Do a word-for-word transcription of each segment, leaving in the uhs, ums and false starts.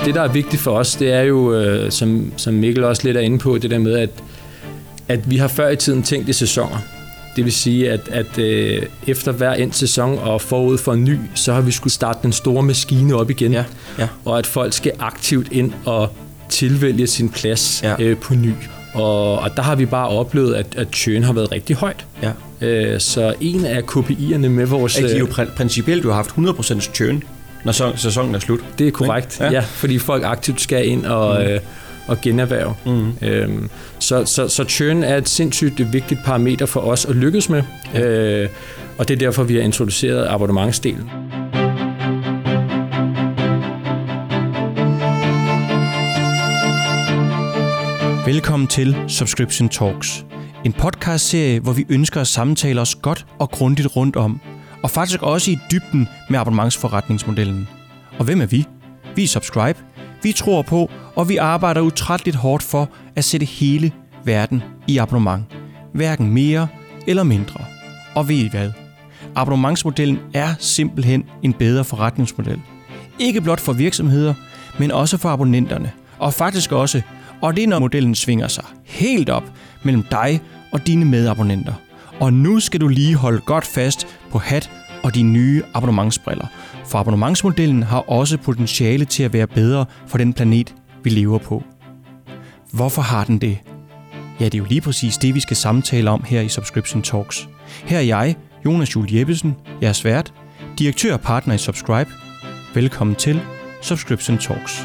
det, der er vigtigt for os, det er jo, øh, som, som Mikkel også lidt er inde på, det der med, at, at vi har før i tiden tænkt i sæsoner. Det vil sige, at, at øh, efter hver en sæson og forud for en ny, så har vi skulle starte den store maskine op igen. Ja, ja. Og at folk skal aktivt ind og tilvælge sin plads ja. øh, på ny. Og, og der har vi bare oplevet, at, at churn har været rigtig højt. Ja. Øh, så en af K P I'erne med vores... Er det jo pr- principielt, du har haft hundrede procent churn, når så, sæsonen er slut? Det er korrekt, ja. ja. Fordi folk aktivt skal ind og, mm. øh, og generhverve. Mm. Øhm, så, så, så churn er et sindssygt vigtigt parameter for os at lykkes med. Ja. Øh, og det er derfor, vi har introduceret abonnementsdelen. Velkommen til Subscription Talks. En podcastserie, hvor vi ønsker at samtale os godt og grundigt rundt om, og faktisk også i dybden med abonnementsforretningsmodellen. Og hvem er vi? Vi er Subscribe, vi tror på, og vi arbejder utrætteligt hårdt for at sætte hele verden i abonnement. Hverken mere eller mindre. Og ved I hvad? Abonnementsmodellen er simpelthen en bedre forretningsmodel. Ikke blot for virksomheder, men også for abonnenterne. Og faktisk også, og det er når modellen svinger sig helt op mellem dig og dine medabonnenter. Og nu skal du lige holde godt fast på hat og de nye abonnementsbriller. For abonnementsmodellen har også potentiale til at være bedre for den planet, vi lever på. Hvorfor har den det? Ja, det er jo lige præcis det, vi skal samtale om her i Subscription Talks. Her er jeg, Jonas Juhl Jeppesen, jeres vært, direktør og partner i Subscribe. Velkommen til Subscription Talks.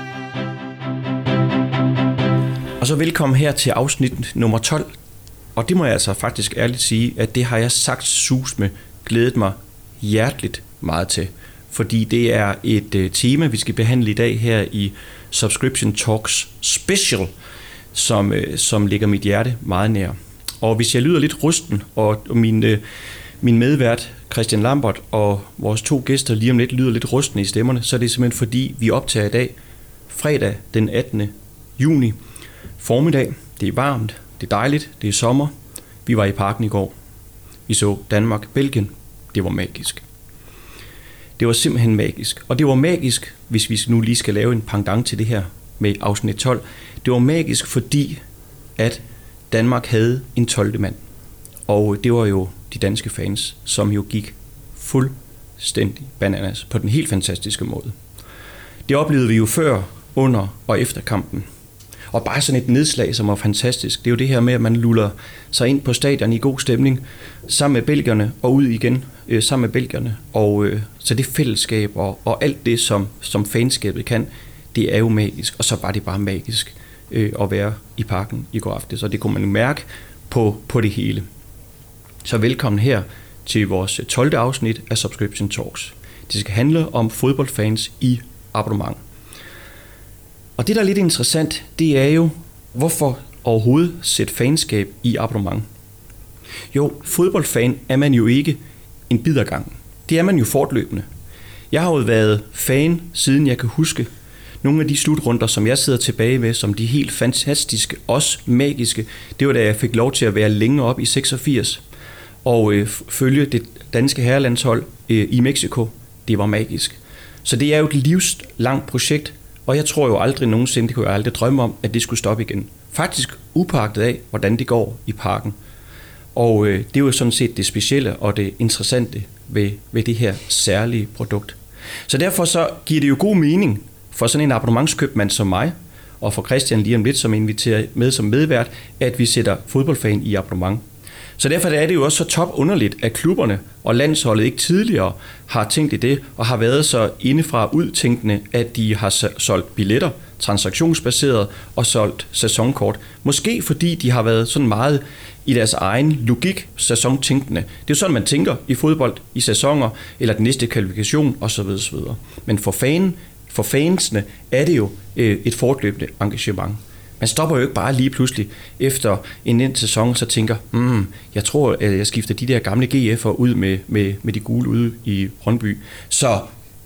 Og så velkommen her til afsnit nummer tolv. Og det må jeg altså faktisk ærligt sige, at det har jeg sagt sus med glædet mig hjerteligt meget til. Fordi det er et uh, tema, vi skal behandle i dag her i Subscription Talks Special, som, uh, som ligger mit hjerte meget nær. Og hvis jeg lyder lidt rusten, og min, uh, min medvært Christian Lambert og vores to gæster lige om lidt lyder lidt rustne i stemmerne, så er det simpelthen fordi, vi optager i dag, fredag den attende juni, formiddag. Det er varmt, det er dejligt, det er sommer. Vi var i parken i går. Vi så Danmark-Belgien. Det var magisk. Det var simpelthen magisk. Og det var magisk, hvis vi nu lige skal lave en pendant til det her med afsnit tolv. Det var magisk, fordi at Danmark havde en tolvte mand. Og det var jo de danske fans, som jo gik fuldstændig bananas på den helt fantastiske måde. Det oplevede vi jo før, under og efter kampen. Og bare sådan et nedslag, som var fantastisk. Det er jo det her med, at man luller sig ind på stadion i god stemning, sammen med belgierne og ud igen øh, sammen med belgierne. Og øh, så det fællesskab og, og alt det, som, som fanskabet kan, det er jo magisk. Og så var det bare magisk øh, at være i parken i går aftes. Så det kunne man mærke på, på det hele. Så velkommen her til vores tolvte afsnit af Subscription Talks. Det skal handle om fodboldfans i abonnement. Og det, der er lidt interessant, det er jo, hvorfor overhovedet sætte fanskab i abonnement. Jo, fodboldfan er man jo ikke en bid ad gangen. Det er man jo fortløbende. Jeg har jo været fan, siden jeg kan huske nogle af de slutrunder, som jeg sidder tilbage med, som de helt fantastiske, også magiske. Det var da jeg fik lov til at være længe op i seksogfirs og øh, følge det danske herrelandshold øh, i Mexico. Det var magisk. Så det er jo et livslangt projekt. Og jeg tror jo aldrig nogensinde, det kunne jeg aldrig drømme om, at det skulle stoppe igen. Faktisk upåagtet af, hvordan det går i parken. Og øh, det er jo sådan set det specielle og det interessante ved, ved det her særlige produkt. Så derfor så giver det jo god mening for sådan en abonnementskøbmand som mig, og for Christian lige om lidt, som inviterer med som medvært, at vi sætter fodboldfan i abonnement. Så derfor er det jo også så top underligt, at klubberne og landsholdet ikke tidligere har tænkt i det, og har været så indefra udtænkende, at de har solgt billetter, transaktionsbaseret og solgt sæsonkort. Måske fordi de har været sådan meget i deres egen logik sæsontænkende. Det er jo sådan, man tænker i fodbold, i sæsoner, eller den næste kvalifikation osv. osv. Men for, fan, for fansene er det jo et fortløbende engagement. Man stopper jo ikke bare lige pludselig efter en enkelt sæson, så tænker, mm, jeg tror, at jeg skifter de der gamle G F'er ud med, med, med de gule ude i Brøndby. Så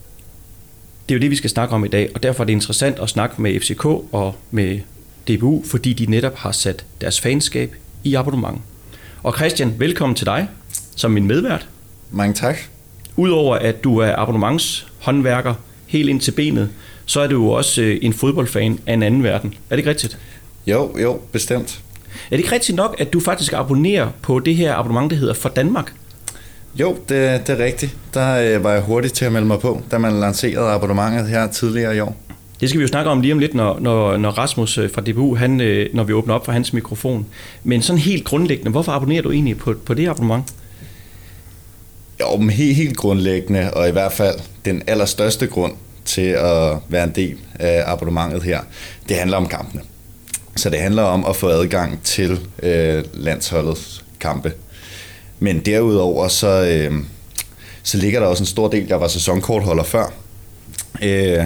det er jo det, vi skal snakke om i dag, og derfor er det interessant at snakke med F C K og med D B U, fordi de netop har sat deres fanskab i abonnement. Og Christian, velkommen til dig som min medvært. Mange tak. Udover at du er abonnementshåndværker helt ind til benet, så er du jo også øh, en fodboldfan af en anden verden. Er det ikke rigtigt? Jo, jo, bestemt. Er det ikke rigtigt nok, at du faktisk abonnerer på det her abonnement, der hedder For Danmark? Jo, det, det er rigtigt. Der øh, var jeg hurtigt til at melde mig på, da man lancerede abonnementet her tidligere i år. Det skal vi jo snakke om lige om lidt, når, når, når Rasmus fra D B U, han, øh, når vi åbner op for hans mikrofon. Men sådan helt grundlæggende, hvorfor abonnerer du egentlig på, på det abonnement? Jo, men helt, helt grundlæggende, og i hvert fald den allerstørste grund til at være en del af abonnementet her, det handler om kampene. Så det handler om at få adgang til øh, landsholdets kampe. Men derudover, så, øh, så ligger der også en stor del, jeg var sæsonkortholder før. Øh,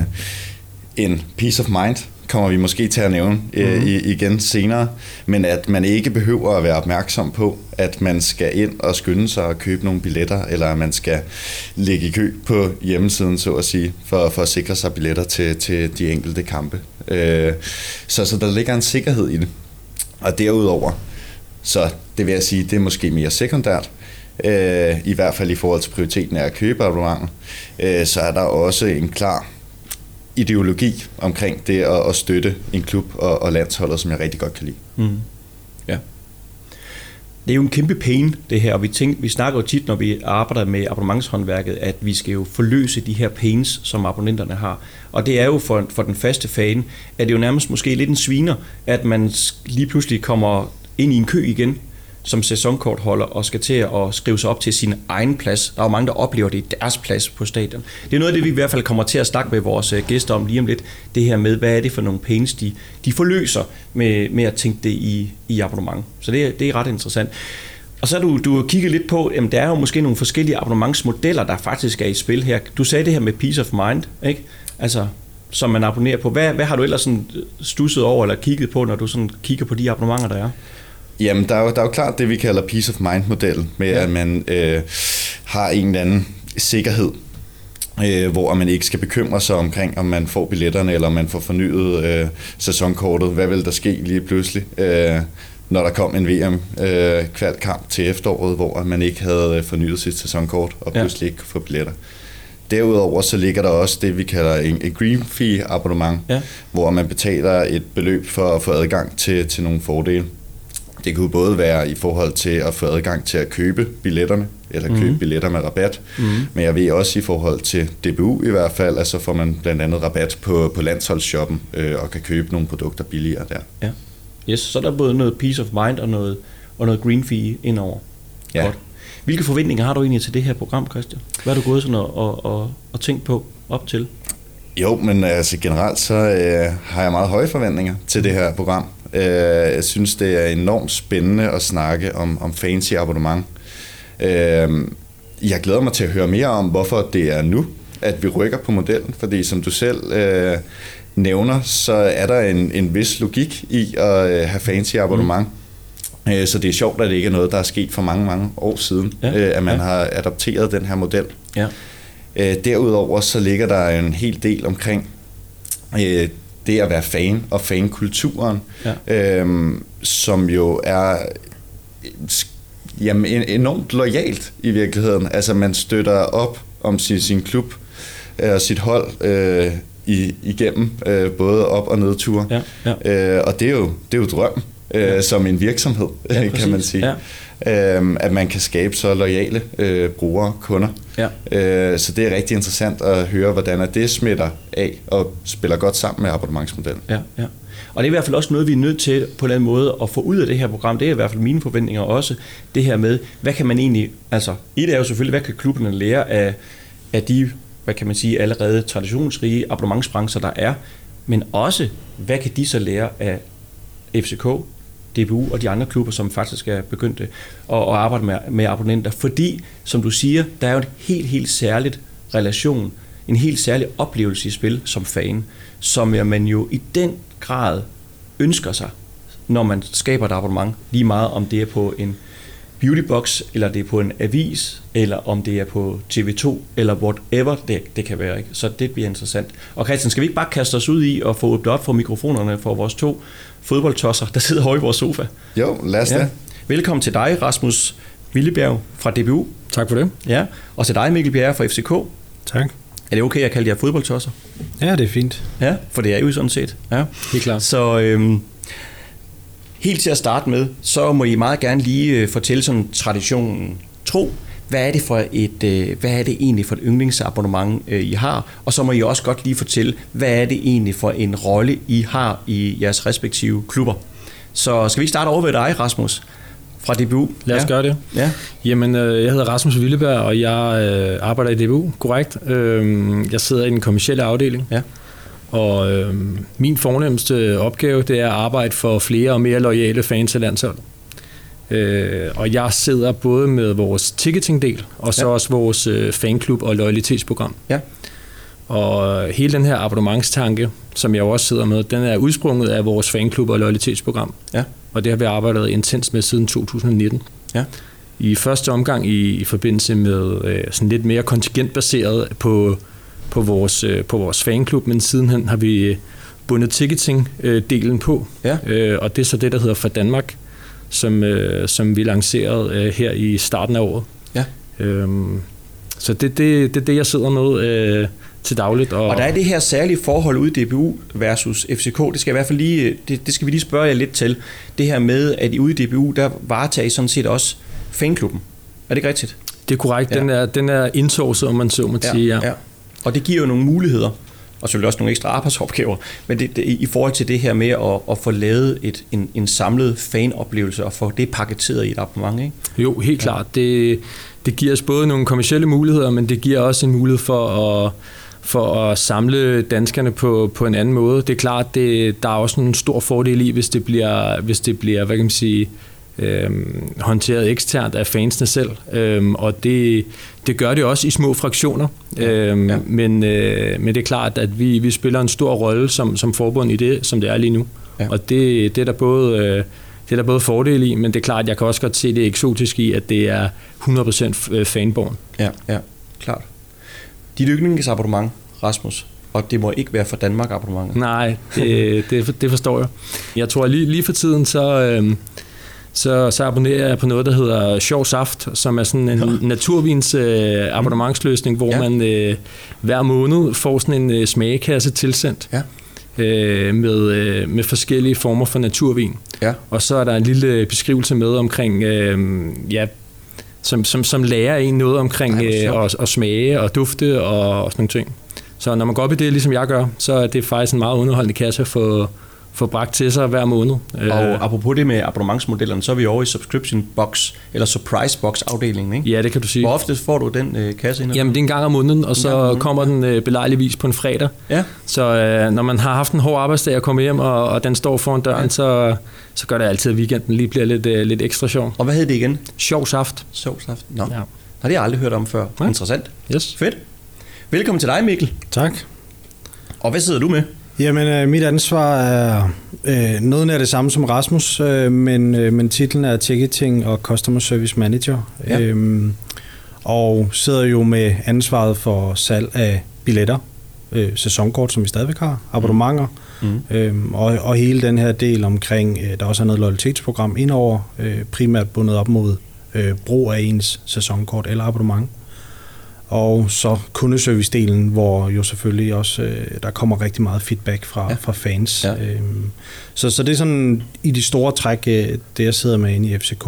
en peace of mind kommer vi måske til at nævne øh, mm-hmm. igen senere, men at man ikke behøver at være opmærksom på, at man skal ind og skynde sig og købe nogle billetter, eller at man skal ligge i kø på hjemmesiden, så at sige, for, for at sikre sig billetter til, til de enkelte kampe. Øh, så, så der ligger en sikkerhed i det. Og derudover, så det vil jeg sige, det er måske mere sekundært, øh, i hvert fald i forhold til prioriteten af at købe abonnementer, øh, så er der også en klar ideologi omkring det at, at støtte en klub og, og landsholdet, som jeg rigtig godt kan lide. Mm. Ja. Det er jo en kæmpe pain, det her, og vi, tænker, vi snakker jo tit, når vi arbejder med abonnementshåndværket, at vi skal jo forløse de her pains, som abonnenterne har. Og det er jo for, for den faste fan, at det jo nærmest måske lidt en sviner, at man lige pludselig kommer ind i en kø igen, som sæsonkortholder og skal til at skrive sig op til sin egen plads. Der er jo mange, der oplever det i deres plads på stadion. Det er noget af det, vi i hvert fald kommer til at snakke med vores gæster om lige om lidt. Det her med, hvad er det for nogle pains, de, de forløser med, med at tænke det i, i abonnement. Så det, det er ret interessant. Og så har du, du kigget lidt på, at der er jo måske nogle forskellige abonnementsmodeller, der faktisk er i spil her. Du sagde det her med peace of mind, ikke? Altså, som man abonnerer på. Hvad, hvad har du ellers sådan stusset over eller kigget på, når du sådan kigger på de abonnementer, der er? Jamen, der er, jo, der er jo klart det, vi kalder peace of mind-modellen, med ja. at man øh, har en eller anden sikkerhed, øh, hvor man ikke skal bekymre sig omkring, om man får billetterne, eller om man får fornyet øh, sæsonkortet. Hvad vil der ske lige pludselig, øh, når der kom en V M-kvalkamp øh, til efteråret, hvor man ikke havde fornyet sit sæsonkort, og pludselig ja. ikke kunne få billetter. Derudover så ligger der også det, vi kalder en, en green fee abonnement, ja. hvor man betaler et beløb for at få adgang til, til nogle fordele. Det kunne både være i forhold til at få adgang til at købe billetterne, eller købe mm-hmm. billetter med rabat, mm-hmm. men jeg ved også i forhold til D B U i hvert fald, at så får man blandt andet rabat på, på landsholdsshoppen, øh, og kan købe nogle produkter billigere der. Ja. Yes, så er der både noget peace of mind og noget, og noget green fee indover. Ja. Godt. Hvilke forventninger har du egentlig til det her program, Christian? Hvad har du gået sådan og, og, og, og tænkt på op til? Jo, men altså generelt så øh, har jeg meget høje forventninger til det her program. Øh, jeg synes, det er enormt spændende at snakke om, om fancy abonnement. Øh, jeg glæder mig til at høre mere om, hvorfor det er nu, at vi rykker på modellen, fordi som du selv øh, nævner, så er der en, en vis logik i at øh, have fancy abonnement. Mm. Øh, så det er sjovt, at det ikke er noget, der er sket for mange, mange år siden, ja. øh, at man ja. har adopteret den her model. Ja. Øh, derudover så ligger der en hel del omkring øh, det at være fan og fankulturen, ja. øhm, som jo er jamen, enormt loyalt i virkeligheden. Altså man støtter op om sin, sin klub og øh, sit hold øh, i, igennem øh, både op- og nedture. Ja, ja. Øh, og det er jo, det er jo drøm øh, ja. som en virksomhed, ja, kan man sige. Ja. Øhm, at man kan skabe så loyale øh, brugere, kunder. Ja. Øh, så det er rigtig interessant at høre, hvordan det smitter af og spiller godt sammen med abonnementsmodellen. Ja, ja. Og det er i hvert fald også noget, vi er nødt til på en eller anden måde at få ud af det her program. Det er i hvert fald mine forventninger også. Det her med, hvad kan man egentlig... Altså, et er jo selvfølgelig, hvad kan klubberne lære af, af de, hvad kan man sige, allerede traditionsrige abonnementsbrancher, der er. Men også, hvad kan de så lære af F C K, D B U og de andre klubber, som faktisk er begyndt at, at arbejde med, med abonnenter. Fordi, som du siger, der er jo en helt, helt særligt relation, en helt særlig oplevelse i spil som fan, som man jo i den grad ønsker sig, når man skaber et abonnement, lige meget om det er på en beautybox, eller det er på en avis, eller om det er på T V to, eller whatever det, det kan være. Ikke? Så det bliver interessant. Og Christian, skal vi ikke bare kaste os ud i og få åbnet op for mikrofonerne for vores to fodboldtosser, der sidder højt i vores sofa? Jo, lad os ja. det. Velkommen til dig, Rasmus Villebjerg fra D B U. Tak for det. Ja, og til dig, Mikkel Bjerre fra F C K. Tak. Er det okay at kalde jer fodboldtosser? Ja, det er fint. Ja, for det er jo sådan set. Ja. Helt klart. Så øhm, helt til at starte med, så må I meget gerne lige øh, fortælle sådan traditionen tro. Hvad er det for et, øh, hvad er det egentlig for et yndlingsabonnement, øh, I har? Og så må I også godt lige fortælle, hvad er det egentlig for en rolle, I har i jeres respektive klubber. Så skal vi starte over ved dig, Rasmus, fra D B U? Lad os ja. gøre det. Ja. Jamen, øh, jeg hedder Rasmus Willeberg, og jeg øh, arbejder i D B U, korrekt. Øh, jeg sidder i den kommercielle afdeling. Ja. Og øh, min fornemmeste opgave, det er at arbejde for flere og mere loyale fans af landsholdet. Øh, og jeg sidder både med vores ticketing-del, og så ja. også vores øh, fanklub og loyalitetsprogram. Ja. Og hele den her abonnementstanke, som jeg også sidder med, den er udsprunget af vores fanklub og loyalitetsprogram. Ja. Og det har vi arbejdet intens med siden to tusind nitten. Ja. I første omgang i, i forbindelse med øh, sådan lidt mere kontingentbaseret på, på, vores, øh, på vores fanklub, men sidenhen har vi bundet ticketing-delen på. Ja. Øh, og det er så det, der hedder For Danmark, som, øh, som vi lancerede øh, her i starten af året. Ja. Øhm, så det er det, det, det, jeg sidder med øh, til dagligt. Og, og der er det her særlige forhold ude i D B U versus F C K. Det skal i hvert fald lige, det, det skal vi lige spørge jer lidt til. Det her med, at I ude i D B U, der varetager I sådan set også fanklubben. Er det ikke rigtigt? Det er korrekt. Ja. Den er, den er indsourcet, om man så må ja, sige. Ja. Ja. Og det giver jo nogle muligheder, og selvfølgelig også nogle ekstra arbejdsopgaver, men det, det, i forhold til det her med at, at få lavet et, en, en samlet fanoplevelse og få det paketeret i et abonnement, ikke? Jo, helt ja. klart. Det, det giver os både nogle kommercielle muligheder, men det giver også en mulighed for at, for at samle danskerne på, på en anden måde. Det er klart, det, der er også en stor fordel i, hvis det bliver, hvis det bliver hvad kan man sige, Øhm, håndteret eksternt af fansene selv, øhm, og det, det gør det også i små fraktioner, øhm, ja. men, øh, men det er klart, at vi, vi spiller en stor rolle som, som forbund i det, som det er lige nu, ja. og det, det, er der både, øh, det er der både fordel i, men det er klart, at jeg kan også godt se det eksotiske i, at det er hundrede procent fanborn. Ja, ja, klart. Dit yndlingsabonnement, Rasmus, og det må ikke være for Danmark abonnementet. Nej, det, det, det forstår jeg. Jeg tror lige, lige for tiden, så øh, Så, så abonnerer jeg på noget, der hedder Sjov Saft, som er sådan en ja. naturvins øh, abonnementsløsning, hvor ja. man øh, hver måned får sådan en øh, smagekasse tilsendt ja. øh, med, øh, med forskellige former for naturvin. Ja. Og så er der en lille beskrivelse med omkring, øh, ja, som, som, som lærer en noget omkring øh, at, at smage og dufte og, og sådan nogle ting. Så når man går op i det, ligesom jeg gør, så er det faktisk en meget underholdende kasse for få bragt til sig hver måned. Og apropos det med abonnementsmodellerne, så er vi over i subscription box, eller surprise box afdelingen, ikke? Ja, det kan du sige. Hvor ofte får du den øh, kasse ind? Jamen, det er en gang om måneden, og så måneden, kommer den øh, belejligvis på en fredag. Ja. Så øh, når man har haft en hård arbejdsdag og kommer hjem, og, og den står foran døren, ja. så, så gør det altid, at weekenden lige bliver lidt, øh, lidt ekstra sjov. Og hvad hed det igen? Sjov Saft. Sjov Saft. Nå. Ja. Har det jeg aldrig hørt om før. Ja. Interessant. Yes. Fedt. Velkommen til dig, Mikkel. Tak. Og hvad sidder du med? Jamen, øh, mit ansvar er øh, noget af det samme som Rasmus, øh, men, øh, men titlen er Ticketing og Customer Service Manager. Ja. Øhm, og sidder jo med ansvaret for salg af billetter, øh, sæsonkort, som vi stadigvæk har, abonnementer, mm. øhm, og, og hele den her del omkring, øh, der også er noget loyalitetsprogram indover, øh, primært bundet op mod øh, brug af ens sæsonkort eller abonnement. Og så kundeservice-delen, hvor jo selvfølgelig også, øh, der kommer rigtig meget feedback fra, ja. fra fans. Ja. Øhm, så, så det er sådan i de store træk, øh, det jeg sidder med inde i F C K.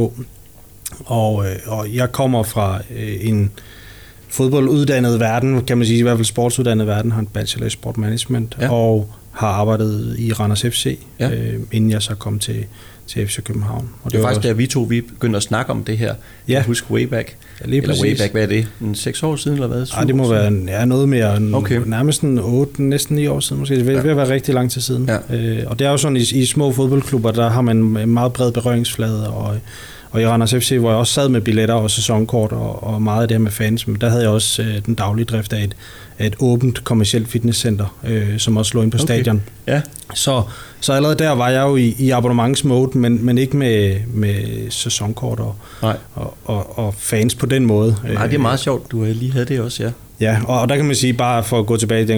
Og, øh, og jeg kommer fra øh, en fodbolduddannet verden, kan man sige, i hvert fald sportsuddannet verden, har en bachelor i sport management, ja. og har arbejdet i Randers F C, ja. øh, inden jeg så kom til, til F C København. Og det, det var faktisk, også, da vi to vi begyndte at snakke om det her. Ja. Jeg husker way back. Ja, lige eller way back, hvad er det? En seks år siden, eller hvad? Nej, det må være ja, noget mere. Okay. Nærmest en otte, næsten ni år siden måske. Det vil ja. være rigtig lang tid siden. Ja. Øh, og det er jo sådan, i, i små fodboldklubber, der har man en meget bred berøringsflade, og, og i Randers F C, hvor jeg også sad med billetter og sæsonkort, og, og meget af det her med fans, men der havde jeg også øh, den daglige drift af et, af et åbent kommercielt fitnesscenter, øh, som også lå ind på okay. stadion. Ja. Så, så allerede der var jeg jo i, i abonnementsmode, men, men ikke med, med sæsonkort og, og, og, og fans på den måde. Nej, det er meget sjovt, du lige havde det også, ja. Ja, og, og der kan man sige, bare for at gå tilbage dengang,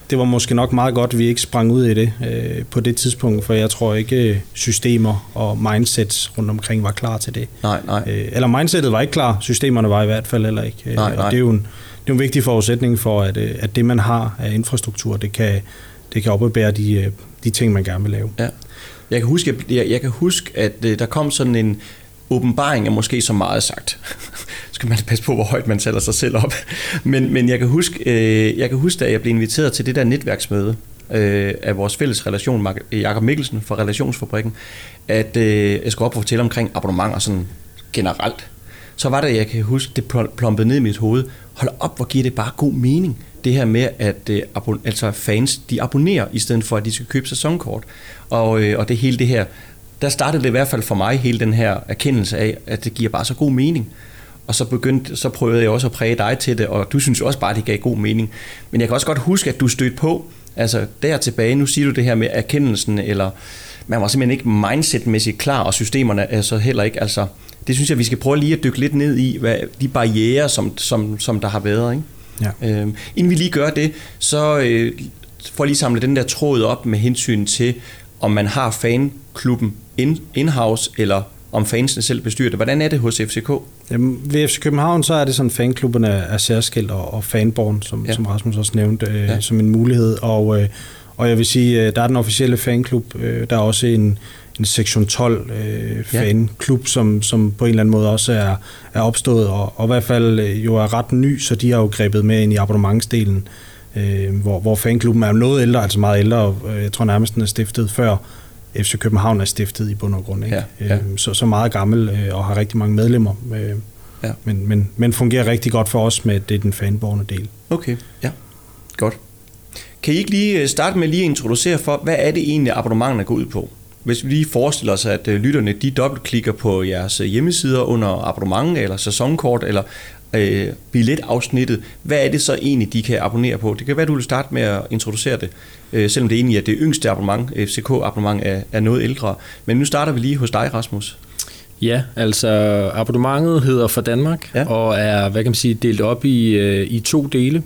det var måske nok meget godt, at vi ikke sprang ud i det øh, på det tidspunkt, for jeg tror ikke systemer og mindsets rundt omkring var klar til det. Nej, nej. Øh, eller mindsetet var ikke klar, systemerne var i hvert fald heller ikke. Nej, nej. Og det er jo en, det er en vigtig forudsætning for, at, at det man har af infrastruktur, det kan, det kan opbebære de, de ting, man gerne vil lave. Ja. Jeg kan huske, jeg, jeg kan huske, at der kom sådan en åbenbaring er måske så meget sagt. Så skal man passe på, hvor højt man sætter sig selv op. Men, men jeg kan huske, øh, jeg kan huske, da jeg blev inviteret til det der netværksmøde øh, af vores fælles relation, Jakob Mikkelsen fra Relationsfabrikken, at øh, jeg skulle op og fortælle omkring abonnementer sådan generelt. Så var det, jeg kan huske, det plompede ned i mit hoved. Hold op, hvor giver det bare god mening. Det her med, at øh, abon- altså fans, de abonnerer, i stedet for, at de skal købe sæsonkort. Og, øh, og det hele det her, der startede det i hvert fald for mig, hele den her erkendelse af, at det giver bare så god mening. Og så begyndte, så prøvede jeg også at præge dig til det, og du synes også bare, at det gav god mening. Men jeg kan også godt huske, at du stødte på, altså der tilbage, nu siger du det her med erkendelsen, eller man var simpelthen ikke mindsetmæssigt klar, og systemerne er så heller ikke, altså det synes jeg, vi skal prøve lige at dykke lidt ned i, hvad de barrierer, som, som, som der har været, ikke? Ja. Øhm, inden vi lige gør det, så øh, får lige samle den der tråd op med hensyn til, om man har fanklubben in, in-house, eller om fansene selv bestyrer det. Hvordan er det hos F C K? Jamen, ved F C København, så er det sådan, fanklubben er, er særskilt, og, og fanborn, som, ja. som Rasmus også nævnte, øh, ja. som en mulighed. Og, øh, og jeg vil sige, øh, der er den officielle fanklub, øh, der er også en, en sektion tolv øh, fanklub, ja. som, som på en eller anden måde også er, er opstået, og, og i hvert fald øh, jo er ret ny, så de har jo grebet med ind i abonnementsdelen, øh, hvor, hvor fanklubben er noget ældre, altså meget ældre, og øh, jeg tror nærmest den er stiftet før F C København er stiftet i bund og grund, ikke? Ja, ja. Øh, så, så meget gammel øh, og har rigtig mange medlemmer, øh, ja. men, men, men fungerer rigtig godt for os med det, den fanborne del. Okay, ja, godt. Kan I ikke lige starte med lige at introducere for, hvad er det egentlig abonnementerne går ud på? Hvis vi lige forestiller os, at lytterne de dobbeltklikker på jeres hjemmesider under abonnement eller sæsonkort eller øh, billetafsnittet, hvad er det så egentlig, de kan abonnere på? Det kan være, du vil starte med at introducere det, øh, selvom det egentlig er det yngste abonnement, F C K-abonnement er, er noget ældre. Men nu starter vi lige hos dig, Rasmus. Ja, altså abonnementet hedder For Danmark, ja. og er, hvad kan man sige, delt op i, øh, i to dele.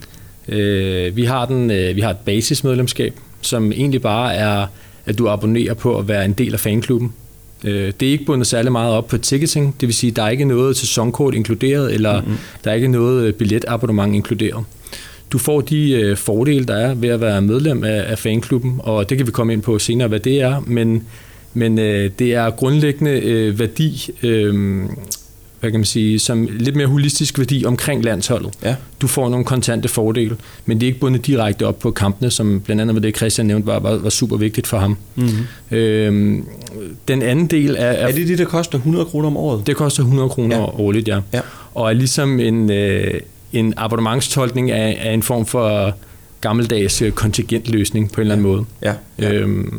Øh, vi har den, øh, vi har et basismedlemskab, som egentlig bare er, at du abonnerer på at være en del af fanklubben. Øh, det er ikke bundet særlig meget op på ticketing, det vil sige, at der er ikke noget sæsonkort inkluderet, eller mm-hmm. der er ikke noget billetabonnement inkluderet. Du får de øh, fordele, der er ved at være medlem af, af fanklubben, og det kan vi komme ind på senere, hvad det er, men, men øh, det er grundlæggende øh, værdi, øh, hvad kan man sige, som lidt mere holistisk værdi omkring landsholdet. Ja. Du får nogle kontante fordele, men det er ikke bundet direkte op på kampene, som blandt andet med det, Christian nævnte, var, var, var super vigtigt for ham. Mm-hmm. Øhm, den anden del er... Er, er det det, der koster hundrede kroner om året? Det koster hundrede kroner ja. årligt, ja. ja. Og er ligesom en, øh, en abonnementstolkning af, af en form for gammeldags kontingentløsning på en eller anden måde. Ja. Ja. Øhm,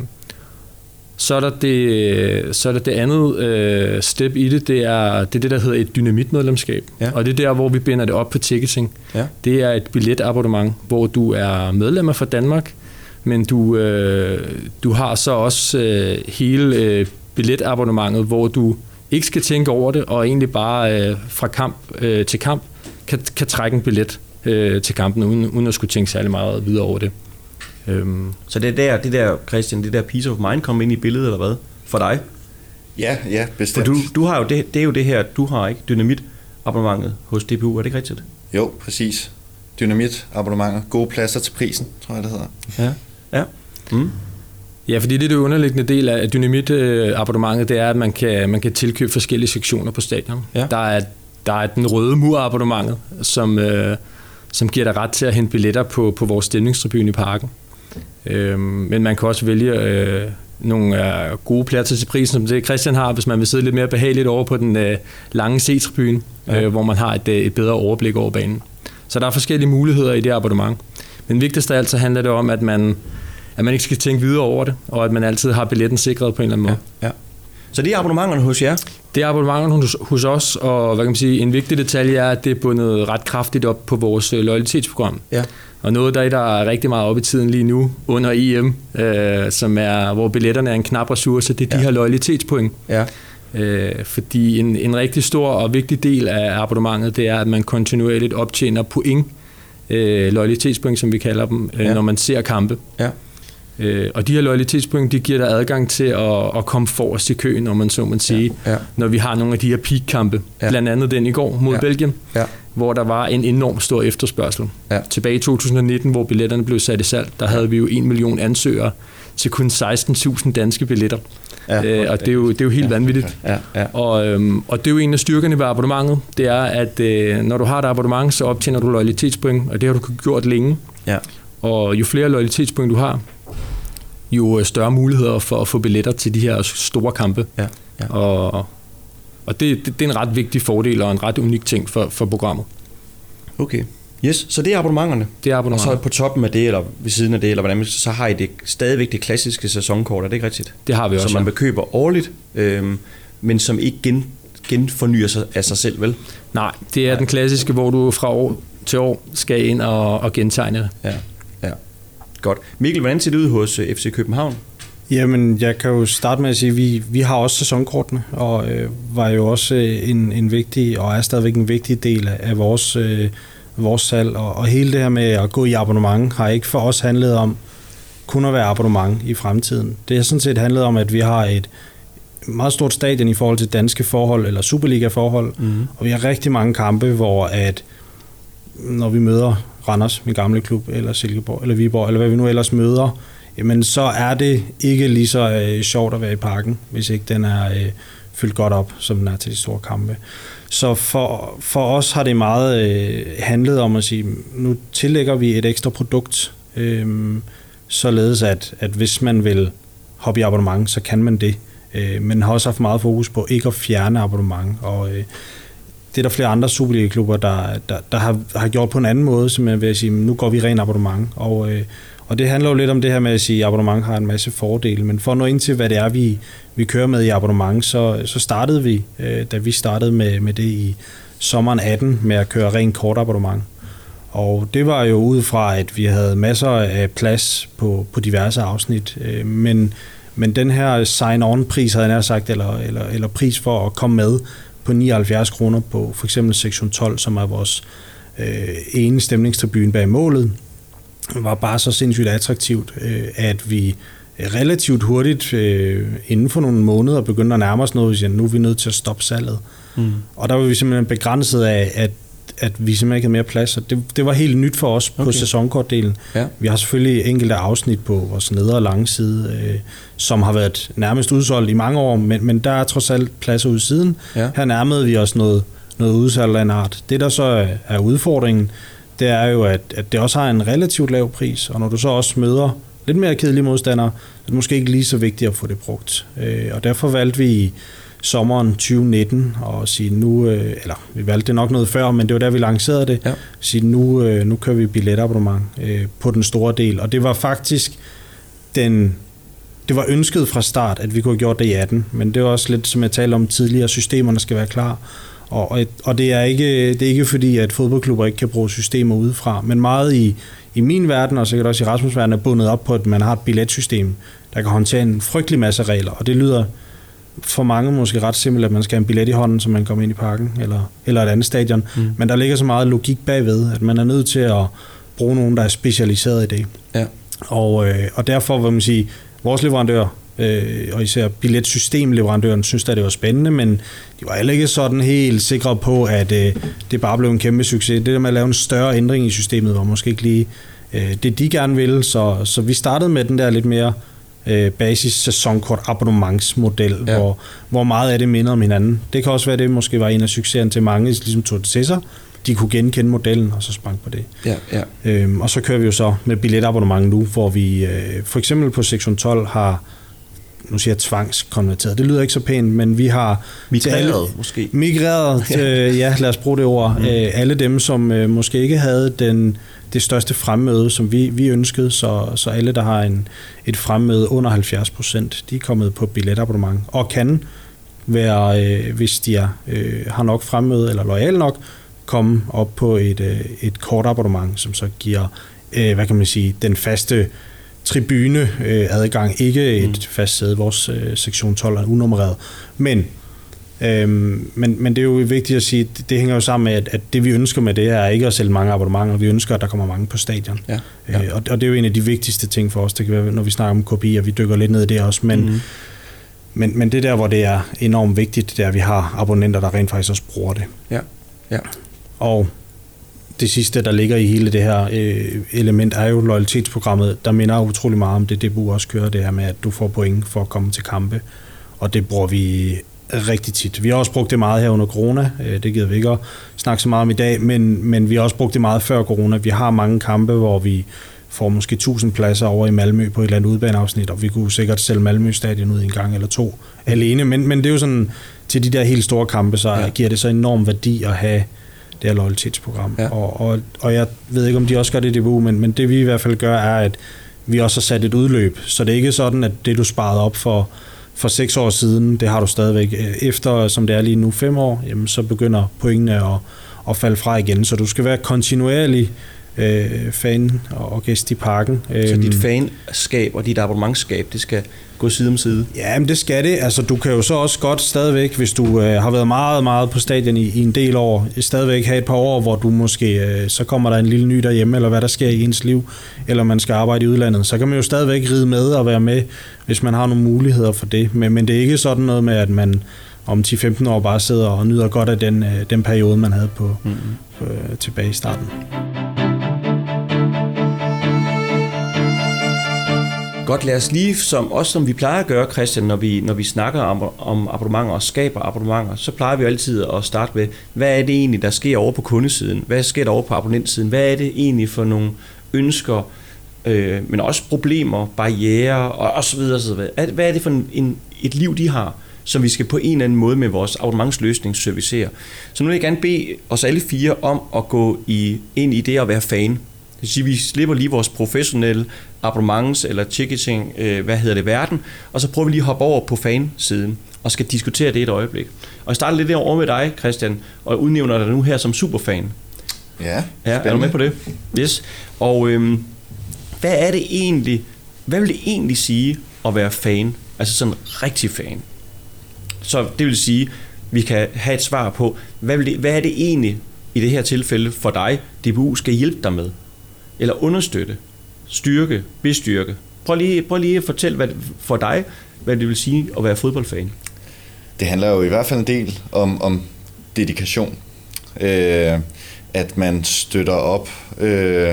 Så er der det, så er der det andet øh, step i det, det er, det er det, der hedder et dynamitmedlemskab. Ja. Og det er der, hvor vi binder det op på ticketing. Ja. Det er et billetabonnement, hvor du er medlemmer fra Danmark, men du, øh, du har så også øh, hele øh, billetabonnementet, hvor du ikke skal tænke over det, og egentlig bare øh, fra kamp øh, til kamp kan, kan trække en billet øh, til kampen, uden, uden at skulle tænke særlig meget videre over det. Så det er der, det der, Christian, det der peace of mind kom ind i billedet, eller hvad? For dig? Ja, ja, bestemt. For du, du har jo det, det er jo det her, du har ikke dynamitabonnementet hos D P U, er det ikke rigtigt? Jo, præcis. Dynamitabonnementer, gode pladser til prisen, tror jeg det hedder. Ja, ja. Mm. Ja, fordi det, det underliggende del af dynamitabonnementet, det er, at man kan, man kan tilkøbe forskellige sektioner på stadion. Ja. Der er, der er den røde mur-abonnementet, som, øh, som giver dig ret til at hente billetter på, på vores stemningstribune i parken. Øhm, men man kan også vælge øh, nogle øh, gode pladser til prisen, som det Christian har, hvis man vil sidde lidt mere behageligt over på den øh, lange C-tribune, ja. øh, hvor man har et, et bedre overblik over banen. Så der er forskellige muligheder i det abonnement. Men vigtigst af alt, så handler det om, at man, at man ikke skal tænke videre over det, og at man altid har billetten sikret på en eller anden måde. Ja. Ja. Så det er abonnementerne hos jer? Det er abonnementerne hos, hos os, og hvad kan man sige, en vigtig detalje er, at det er bundet ret kraftigt op på vores øh, loyalitetsprogram. Ja. Og noget der, der er rigtig meget op i tiden lige nu, under E M, øh, som er, hvor billetterne er en knap ressource, det er de ja. her loyalitetspoint. Ja. Øh, fordi en, en rigtig stor og vigtig del af abonnementet, det er, at man kontinuerligt optjener point øh, loyalitetspoint, som vi kalder dem, øh, ja. når man ser kampe. Ja. Øh, og de her loyalitetspoint, de giver dig adgang til at, at komme forrest i køen, når man så man sige, ja. Ja. når vi har nogle af de her peak-kampe. Ja. Blandt andet den i går mod ja. Belgien, ja. hvor der var en enorm stor efterspørgsel. Ja. Tilbage i to tusind nitten, hvor billetterne blev sat i salg, der havde vi jo en million ansøgere til kun seksten tusind danske billetter. Ja, øh, og det er, jo, det er jo helt ja, vanvittigt. Ja, ja. Og, øhm, og det er jo en af styrkerne ved abonnementet, det er, at øh, når du har et abonnement, så optjener du loyalitetspoint, og det har du gjort længe. Ja. Og jo flere loyalitetspoint du har, jo større muligheder for at få billetter til de her store kampe. Ja, ja. Og, og det, det, det er en ret vigtig fordel og en ret unik ting for, for programmet. Okay. Yes, så det er abonnementerne. Det er abonnementerne. Og så på toppen af det, eller ved siden af det, eller hvordan, så har I det stadigvæk det klassiske sæsonkort, er det ikke rigtigt? Det har vi også. Som man bekøber årligt, øhm, men som ikke gen, genfornyer sig af sig selv, vel? Nej, det er Nej. den klassiske, hvor du fra år til år skal ind og, og gentegne det. Ja, ja. Godt. Mikkel, hvordan ser det ud hos F C København? Jamen, jeg kan jo starte med at sige, at vi, vi har også sæsonkortene, og øh, var jo også en, en vigtig, og er stadigvæk en vigtig del af vores, øh, vores salg. Og, og hele det her med at gå i abonnement har ikke for os handlet om kun at være abonnement i fremtiden. Det har sådan set handlet om, at vi har et meget stort stadion i forhold til danske forhold, eller Superliga-forhold, mm-hmm. og vi har rigtig mange kampe, hvor at når vi møder Randers, min gamle klub, eller Silkeborg, eller Viborg, eller hvad vi nu ellers møder, jamen så er det ikke lige så øh, sjovt at være i parken, hvis ikke den er øh, fyldt godt op, som den er til de store kampe. Så for, for os har det meget øh, handlet om at sige, nu tillægger vi et ekstra produkt, øh, således at, at hvis man vil hoppe i abonnement, så kan man det. Øh, men har også haft meget fokus på ikke at fjerne abonnement, og øh, det er der flere andre Superliga-klubber, der, der, der har, har gjort på en anden måde, som jeg vil sige, nu går vi ren abonnement. Og, øh, og det handler jo lidt om det her med at sige, at abonnement har en masse fordele. Men for at nå ind til, hvad det er, vi, vi kører med i abonnement, så, så startede vi, øh, da vi startede med, med det i sommeren atten, med at køre ren kortabonnement. Og det var jo ud fra, at vi havde masser af plads på, på diverse afsnit. Øh, men, men den her sign-on-pris, havde jeg nær sagt, eller, eller, eller pris for at komme med, på nioghalvfjerds kroner på for eksempel sektion tolv, som er vores øh, ene stemningstribune bag målet, var bare så sindssygt attraktivt, øh, at vi relativt hurtigt, øh, inden for nogle måneder, begyndte at nærme os noget, hvis nu er vi nødt til at stoppe salget. Mm. Og der var vi simpelthen begrænset af, at, at vi simpelthen ikke havde mere plads, og det, det var helt nyt for os på okay. sæsonkortdelen. Ja. Vi har selvfølgelig enkelte afsnit på vores nedre og lange side, øh, som har været nærmest udsolgt i mange år, men, men der er trods alt pladser ude siden. Ja. Her nærmede vi os noget, noget udsalg af en art. Det, der så er, er udfordringen, det er jo, at, at det også har en relativt lav pris, og når du så også møder lidt mere kedelige modstandere, er det måske ikke lige så vigtigt at få det brugt. Øh, og derfor valgte vi i sommeren tyve nitten og sige nu, øh, eller vi valgte det nok noget før, men det var der, vi lancerede det, ja. sige nu, øh, nu kører vi billetabonnement øh, på den store del, og det var faktisk den, det var ønsket fra start, at vi kunne have gjort det i atten, men det var også lidt, som jeg talte om tidligere, systemerne skal være klar, og, og, og det, er ikke, det er ikke fordi, at fodboldklubber ikke kan bruge systemer udefra, men meget i, i min verden, og sikkert også i Rasmus' verden, er bundet op på, at man har et billetsystem, der kan håndtere en frygtelig masse regler, og det lyder for mange måske ret simpelt, at man skal have en billet i hånden, så man kommer ind i parken, eller, eller et andet stadion. Mm. Men der ligger så meget logik bagved, at man er nødt til at bruge nogen, der er specialiseret i det. Ja. Og, øh, og derfor vil man sige, vores leverandør, øh, og især billetsystemleverandøren, synes at det var spændende, men de var heller ikke sådan helt sikre på, at øh, det bare blev en kæmpe succes. Det der med at lave en større ændring i systemet, var måske ikke lige øh, det, de gerne ville, så, så vi startede med den der lidt mere basis sæsonkort abonnementsmodel, ja. hvor, hvor meget af det minder om hinanden. Det kan også være, det måske var en af succeserne til mange, ligesom tog det til sig. De kunne genkende modellen, og så sprang på det. Ja, ja. Øhm, og så kører vi jo så med billetabonnement nu, hvor vi øh, for eksempel på sektion tolv har, nu siger jeg tvangskonverteret, det lyder ikke så pænt, men vi har migreret måske. Migreret, øh, ja, lad os bruge det ord. Mm. Øh, alle dem, som øh, måske ikke havde den det største fremmøde, som vi, vi ønskede, så, så alle, der har en, et fremmøde under halvfjerds procent, de er kommet på billetabonnement, og kan være, øh, hvis de er, øh, har nok fremmøde, eller loyal nok, komme op på et, øh, et kortabonnement, som så giver, øh, hvad kan man sige, den faste tribune øh, adgang, ikke et mm. fast sæde. Vores øh, sektion tolv er unummereret, men Øhm, men, men det er jo vigtigt at sige, det, det hænger jo sammen med, at, at det vi ønsker med det her er ikke at sælge mange abonnementer, vi ønsker, at der kommer mange på stadion. Ja, ja. Øh, og, og det er jo en af de vigtigste ting for os, det kan være, når vi snakker om K P I, og vi dykker lidt ned i det også, men, mm-hmm. men, men det der, hvor det er enormt vigtigt, det er, at vi har abonnenter, der rent faktisk også bruger det. Ja, ja. Og det sidste, der ligger i hele det her øh, element, er jo loyalitetsprogrammet, der minder utrolig meget om det, det D B U også kører, det her med, at du får point for at komme til kampe, og det bruger vi rigtig tit. Vi har også brugt det meget her under corona, det gider vi ikke at snakke så meget om i dag, men, men vi har også brugt det meget før corona. Vi har mange kampe, hvor vi får måske tusind pladser over i Malmø på et eller andet udbaneafsnit, og vi kunne sikkert sælge Malmø Stadion ud en gang eller to alene, men, men det er jo sådan, til de der helt store kampe, så ja. giver det så enorm værdi at have det her loyalitetsprogram. Ja. Og, og, og jeg ved ikke, om de også gør det i D B U, men, men det vi i hvert fald gør, er, at vi også har sat et udløb, så det er ikke sådan, at det du sparede op for for seks år siden, det har du stadigvæk. Efter, som det er lige nu, fem år, jamen, så begynder pointene at, at falde fra igen. Så du skal være kontinuerlig øh, fan og gæst i parken. Så dit fanskab og dit abonnementskab, det skal gå side om side? Ja, men det skal det. Altså, du kan jo så også godt stadigvæk, hvis du øh, har været meget, meget på stadion i, i en del år, stadigvæk have et par år, hvor du måske, øh, så kommer der en lille ny derhjemme, eller hvad der sker i ens liv, eller man skal arbejde i udlandet. Så kan man jo stadigvæk ride med og være med, hvis man har nogle muligheder for det. Men, men det er ikke sådan noget med, at man om ti til femten år bare sidder og nyder godt af den, øh, den periode, man havde på, mm-hmm. på øh, tilbage i starten. Godt, lad os lige, som, også som vi plejer at gøre, Christian, når vi, når vi snakker om, om abonnementer og skaber abonnementer, så plejer vi altid at starte med, hvad er det egentlig, der sker over på kundesiden? Hvad sker der over på abonnentsiden? Hvad er det egentlig for nogle ønsker, øh, men også problemer, barrierer og, og så videre, så videre. Hvad er det for en, en, et liv, de har, som vi skal på en eller anden måde med vores abonnementsløsning servicere? Så nu vil jeg gerne bede os alle fire om at gå i, ind i det at være fan. Det vil sige, vi slipper lige vores professionelle abonnements- eller ticketing, øh, hvad hedder det, verden, og så prøver vi lige at hoppe over på fansiden og skal diskutere det et øjeblik. Og jeg starter lidt over med dig, Christian, og udnævner dig nu her som superfan. Ja, ja er du med på det? Yes. Og øhm, hvad er det egentlig, hvad vil det egentlig sige at være fan? Altså sådan en rigtig fan. Så det vil sige, vi kan have et svar på, hvad, vil det, hvad er det egentlig i det her tilfælde for dig, D B U skal hjælpe dig med? Eller understøtte, styrke, bestyrke. Prøv lige, prøv lige at fortælle hvad, for dig, hvad det vil sige at være fodboldfan. Det handler jo i hvert fald en del om, om dedikation. Øh, at man støtter op øh,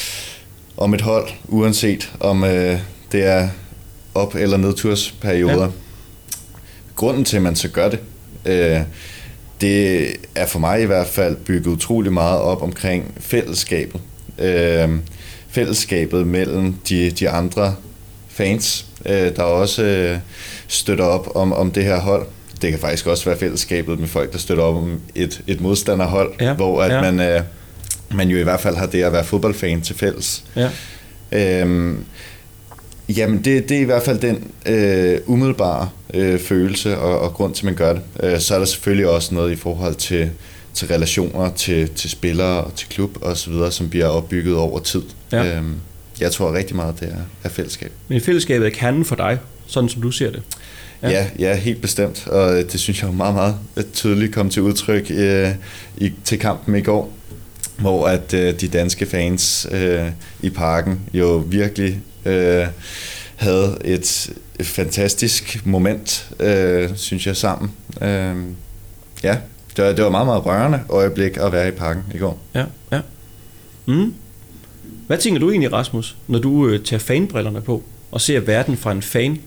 om et hold, uanset om øh, det er op- eller nedtursperioder. Ja. Grunden til, at man så gør det, øh, det er for mig i hvert fald bygget utrolig meget op omkring fællesskabet. Øh, fællesskabet mellem de, de andre fans, øh, der også øh, støtter op om, om det her hold. Det kan faktisk også være fællesskabet med folk, der støtter op om et, et modstanderhold, ja, hvor at ja. man, øh, man jo i hvert fald har det at være fodboldfan til fælles. Ja. Øhm, jamen, det, det er i hvert fald den øh, umiddelbare øh, følelse og, og grund til, at man gør det. Øh, så er der selvfølgelig også noget i forhold til til relationer, til, til spillere og til klub og så videre, som bliver opbygget over tid. Ja. Øhm, jeg tror rigtig meget, det er, er fællesskab. Men fællesskabet er kernen for dig, sådan som du ser det? Ja, ja, ja helt bestemt, og det synes jeg er meget, meget tydeligt kom til udtryk øh, i, til kampen i går, hvor at øh, de danske fans øh, i parken jo virkelig øh, havde et, et fantastisk moment, øh, synes jeg, sammen. Øh, ja, Det var, det var meget, meget rørende øjeblik at være i parken i går. Ja, ja. Mm. Hvad tænker du egentlig, Rasmus, når du øh, tager fanbrillerne på og ser verden fra en fan?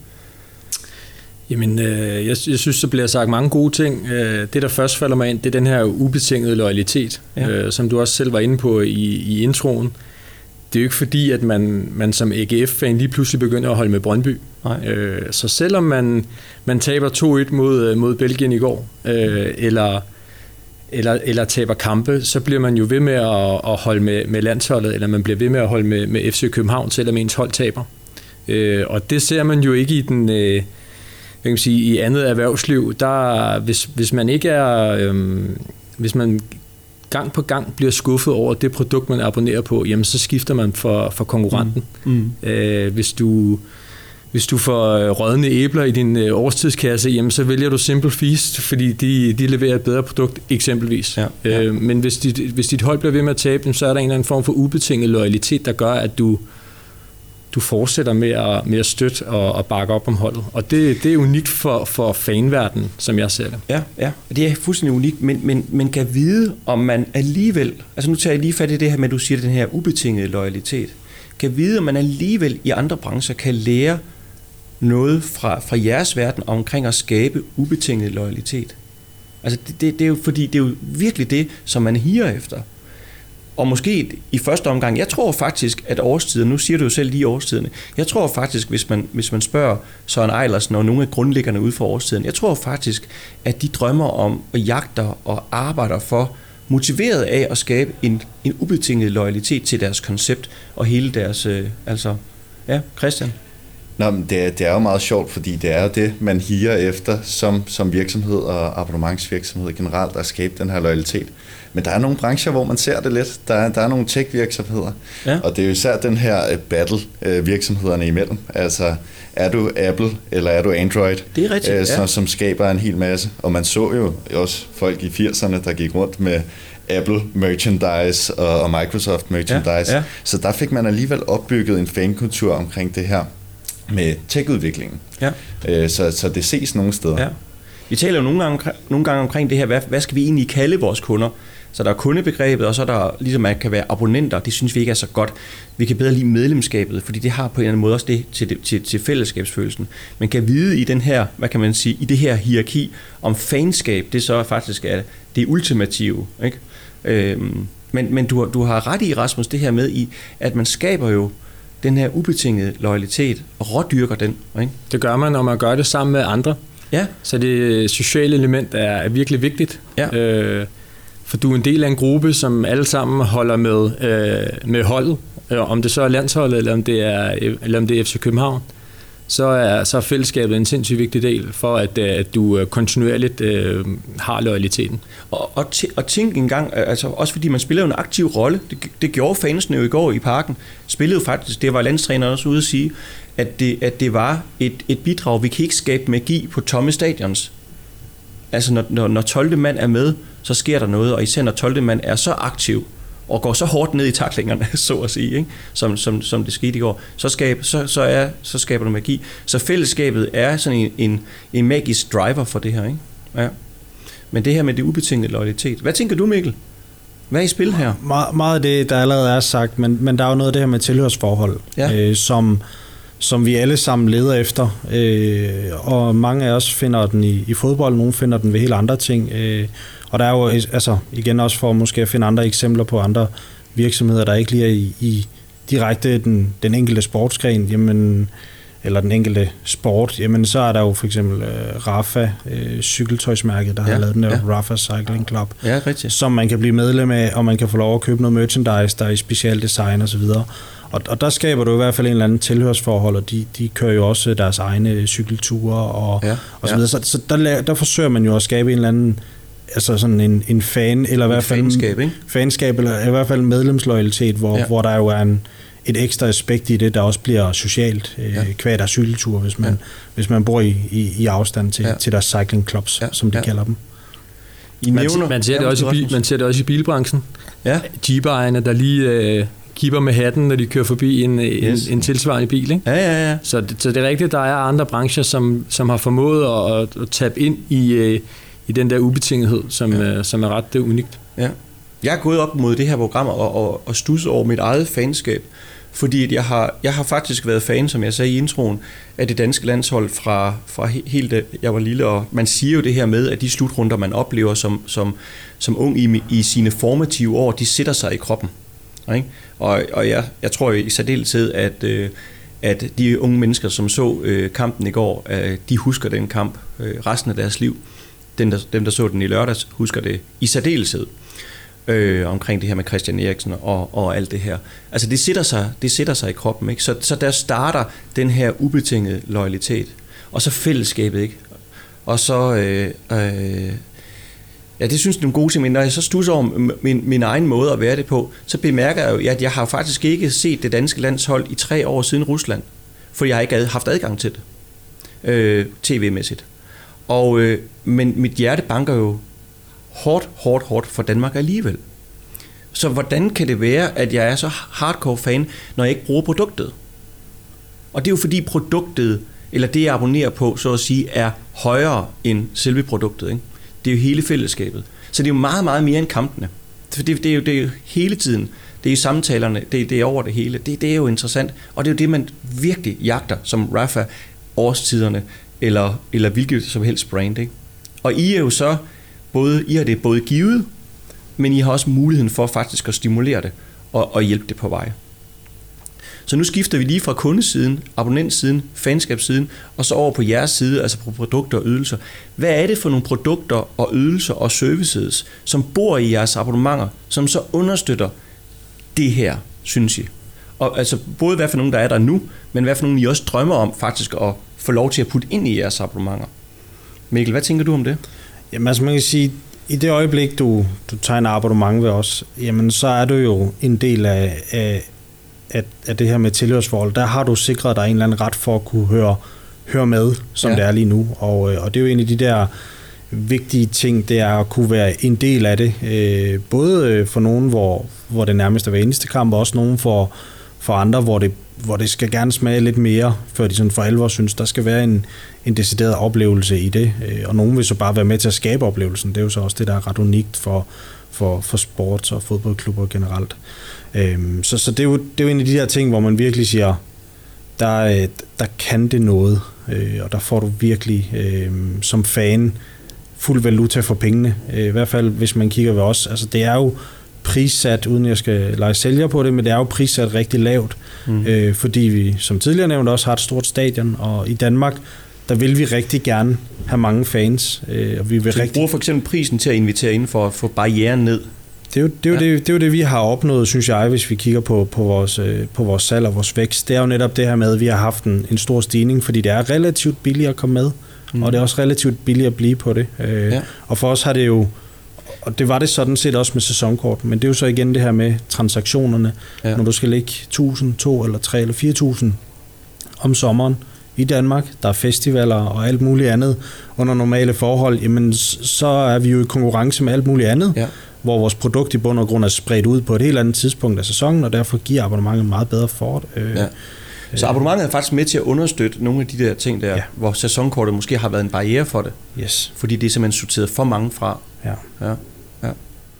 Jamen, øh, jeg, jeg synes, så bliver sagt mange gode ting. Øh, det, der først falder mig ind, det er den her ubetingede loyalitet, ja. øh, som du også selv var inde på i, i introen. Det er jo ikke fordi, at man, man som A G F-fan lige pludselig begynder at holde med Brøndby. Øh, så selvom man, man taber to et mod, mod Belgien i går, øh, eller, eller, eller taber kampe, så bliver man jo ved med at, at holde med, med landsholdet, eller man bliver ved med at holde med, med F C København, selvom ens hold taber. Øh, og det ser man jo ikke i den... Øh, jeg kan sige, i andet erhvervsliv. Der, hvis, hvis man ikke er... Øh, hvis man gang på gang bliver skuffet over det produkt, man abonnerer på, jamen så skifter man for, for konkurrenten. Mm. Mm. Øh, hvis du... hvis du får øh, rådne æbler i din øh, årstidskasse, jamen så vælger du Simple Feast, fordi de, de leverer et bedre produkt, eksempelvis. Ja, ja. Øh, men hvis dit, hvis dit hold bliver ved med at tabe, så er der en eller anden form for ubetinget loyalitet, der gør, at du, du fortsætter med at, med at støtte og, og bakke op om holdet. Og det, det er unikt for, for fanverdenen, som jeg ser det. Ja, ja. Det er fuldstændig unikt, men, men man kan vide, om man alligevel, altså nu tager jeg lige fat i det her med, at du siger, den her ubetingede loyalitet, kan vide, om man alligevel i andre brancher kan lære noget fra, fra jeres verden omkring at skabe ubetinget loyalitet. Altså det, det, det er jo fordi, det er jo virkelig det, som man higer efter. Og måske i første omgang, jeg tror faktisk, at årstiderne, nu siger du jo selv lige årstiderne, jeg tror faktisk, hvis man, hvis man spørger Søren Eilersen og nogle af grundlæggerne ude for årstiden, jeg tror faktisk, at de drømmer om og jagter og arbejder for, motiveret af at skabe en, en ubetinget loyalitet til deres koncept og hele deres, øh, altså, ja, Christian? Nå, men det, det er jo meget sjovt, fordi det er jo det, man higer efter som, som virksomhed og abonnementsvirksomhed generelt, at skabe den her loyalitet. Men der er nogle brancher, hvor man ser det lidt. Der er, der er nogle tech-virksomheder, ja. Og det er jo især den her battle virksomhederne imellem. Altså, er du Apple, eller er du Android? Det er rigtigt, øh, som, ja. som skaber en hel masse. Og man så jo også folk i firserne, der gik rundt med Apple merchandise og, og Microsoft merchandise. Ja, ja. Så der fik man alligevel opbygget en fankultur omkring det her med tech-udviklingen. Ja. Øh, så, så det ses nogle steder. Ja. Vi taler jo nogle gange, nogle gange omkring det her, hvad, hvad skal vi egentlig kalde vores kunder? Så der er kundebegrebet, og så er der, ligesom man kan være abonnenter, det synes vi ikke er så godt. Vi kan bedre lide medlemskabet, fordi det har på en eller anden måde også det til, til, til fællesskabsfølelsen. Man kan vide i den her, hvad kan man sige, i det her hierarki om fanskab, det så faktisk er det ultimative, ikke? Øhm, men men du, du har ret i, Rasmus, det her med, i, at man skaber jo den her ubetingede loyalitet og rådyrker den, ikke? Det gør man, når man gør det sammen med andre. Ja. Så det sociale element er, er virkelig vigtigt. Ja. Øh, for du er en del af en gruppe, som alle sammen holder med, øh, med holdet. Om det så er landsholdet, eller om det er, eller om det er F C København, så er, så er fællesskabet en sindssygt vigtig del for, at, at du kontinuerligt øh, har loyaliteten. Og, og, t- og tænk engang, altså også fordi man spiller jo en aktiv rolle, det, det gjorde fansene jo i går i Parken, spillede faktisk, det var landstræneren også ude at sige, at det, at det var et, et bidrag, vi kan ikke skabe magi på tomme stadions. Altså når, når, når tolvte mand er med, så sker der noget, og især når tolvte mand er så aktiv, og går så hårdt ned i taklingerne, så at sige, ikke? Som, som, som det skete i går, så, skab, så, så, er, så skaber du magi. Så fællesskabet er sådan en, en, en magisk driver for det her, ikke? Ja. Men det her med det ubetingede loyalitet. Hvad tænker du, Mikkel? Hvad er i spil her? Me- meget af det, der allerede er sagt, men, men der er jo noget af det her med tilhørsforhold, ja. øh, som, som vi alle sammen leder efter, øh, og mange af os finder den i, i fodbold, nogle finder den ved helt andre ting, øh, og der er jo altså, igen også for måske at finde andre eksempler på andre virksomheder, der ikke lige er i, i direkte den, den enkelte sportsgren, jamen, eller den enkelte sport, jamen så er der jo for eksempel uh, Rafa, uh, cykeltøjsmærket, der ja, har lavet den der ja. Rafa Cycling Club, ja, rigtigt. Som man kan blive medlem af, og man kan få lov at købe noget merchandise, der er i specialdesign og så videre. Og, og der skaber du i hvert fald en eller anden tilhørsforhold, og de, de kører jo også deres egne cykelture og, ja, og så videre. Så, så der, der forsøger man jo at skabe en eller anden, altså sådan en, en fan, eller i hvert fald fanskab, ikke? fanskab, eller i hvert fald medlemsloyalitet, hvor, ja. hvor der jo er en, et ekstra aspekt i det, der også bliver socialt, ja. øh, kvad deres cykeltur, hvis man, ja. hvis man bor i, i, i afstand til, ja. til deres cycling clubs, ja. som de ja. kalder dem. I man, nævner, man, ser det også i bil, man ser det også i bilbranchen. Ja. Jeep-ejerne, der lige øh, kipper med hatten, når de kører forbi en, yes. en, en tilsvarende bil. Ikke? Ja, ja, ja. Så, så det er rigtigt, der er andre brancher, som, som har formået at, at tabe ind i, øh, i den der ubetingethed, som, ja. øh, som er ret det unikt. Ja. Jeg er gået op mod det her program og, og, og studset over mit eget fanskab, fordi at jeg, har, jeg har faktisk været fan, som jeg sagde i introen, af det danske landshold fra, fra helt da jeg var lille, og man siger jo det her med, at de slutrunder, man oplever som, som, som ung i, i sine formative år, de sætter sig i kroppen. Ikke? Og, og jeg, jeg tror i særdeleshed, at, øh, at de unge mennesker, som så øh, kampen i går, øh, de husker den kamp øh, resten af deres liv. Dem der, dem, der så den i lørdags, husker det i særdeleshed. Øh, omkring det her med Christian Eriksen og, og alt det her. Altså det sætter sig, det sætter sig i kroppen, ikke? Så, så der starter den her ubetingede loyalitet. Og så fællesskabet, ikke? Og så, øh, øh, ja, det synes jeg er en god ting, men når jeg så studser over min, min egen måde at være det på, så bemærker jeg jo, at jeg har faktisk ikke set det danske landshold i tre år siden Rusland. for jeg har ikke haft adgang til det, øh, tv-mæssigt. Og, øh, men mit hjerte banker jo hårdt, hårdt, hårdt for Danmark alligevel. Så hvordan kan det være, at jeg er så hardcore fan, når jeg ikke bruger produktet? Og det er jo fordi produktet, eller det jeg abonnerer på, så at sige, er højere end selve produktet. Ikke? Det er jo hele fællesskabet. Så det er jo meget, meget mere end kampene. For det, det, er, jo, det er jo hele tiden. Det er jo samtalerne, det, det er over det hele. Det, det er jo interessant. Og det er jo det, man virkelig jagter, som Rafa, årstiderne, eller, eller hvilket som helst brand. Ikke? Og I er jo så, både, I har det både givet, men I har også muligheden for faktisk at stimulere det, og, og hjælpe det på vej. Så nu skifter vi lige fra kundesiden, abonnentsiden, fanskabssiden, og så over på jeres side, altså på produkter og ydelser. Hvad er det for nogle produkter og ydelser og services, som bor i jeres abonnementer, som så understøtter det her, synes I? Og altså både hvad for nogle, der er der nu, men hvad for nogle, I også drømmer om faktisk at få lov til at putte ind i jeres abonnementer. Mikkel, hvad tænker du om det? Jamen altså man kan sige, i det øjeblik, du, du tegner abonnement ved os, jamen så er du jo en del af, af At, at det her med tilhørsforhold, der har du sikret dig en eller anden ret for at kunne høre, høre med, som ja. Det er lige nu. Og, og det er jo en af de der vigtige ting, det er at kunne være en del af det. Øh, både for nogen, hvor, hvor det nærmest er hver eneste kamp, og også nogen for, for andre, hvor det, hvor det skal gerne smage lidt mere, før de sådan for alvor synes, der skal være en, en decideret oplevelse i det. Øh, og nogen vil så bare være med til at skabe oplevelsen. Det er jo så også det, der er ret unikt for, for, for sports- og fodboldklubber generelt. Øhm, så så det, er jo, det er jo en af de der ting, hvor man virkelig siger, der, der kan det noget, øh, og der får du virkelig øh, som fan fuld valuta for pengene. Øh, I hvert fald, hvis man kigger ved os. Altså, det er jo prissat, uden jeg skal lege sælger på det, men det er jo prissat rigtig lavt, mm. øh, fordi vi, som tidligere nævnt, også har et stort stadion, og i Danmark, der vil vi rigtig gerne have mange fans. Øh, og vi vil så rigtig... bruger for eksempel prisen til at invitere ind for at få barrieren ned? Det er, jo, det, er jo ja. det, det er jo det, vi har opnået, synes jeg, hvis vi kigger på, på, vores, på vores salg og vores vækst. Det er jo netop det her med, at vi har haft en, en stor stigning, fordi det er relativt billigt at komme med, mm. og det er også relativt billigt at blive på det. Ja. Og for os har det jo, og det var det sådan set også med sæsonkort, men det er jo så igen det her med transaktionerne. Ja. Når du skal lægge tusind, to eller tre eller fire tusind om sommeren i Danmark, der er festivaler og alt muligt andet under normale forhold, jamen så er vi jo i konkurrence med alt muligt andet. Ja. Hvor vores produkt i bund og grund er spredt ud på et helt andet tidspunkt af sæsonen, og derfor giver abonnementet meget bedre for det. Ja. Så abonnementet er faktisk med til at understøtte nogle af de der ting der, ja. Hvor sæsonkortet måske har været en barriere for det. Yes. Fordi det er simpelthen sorteret for mange fra. Ja. Ja. Ja.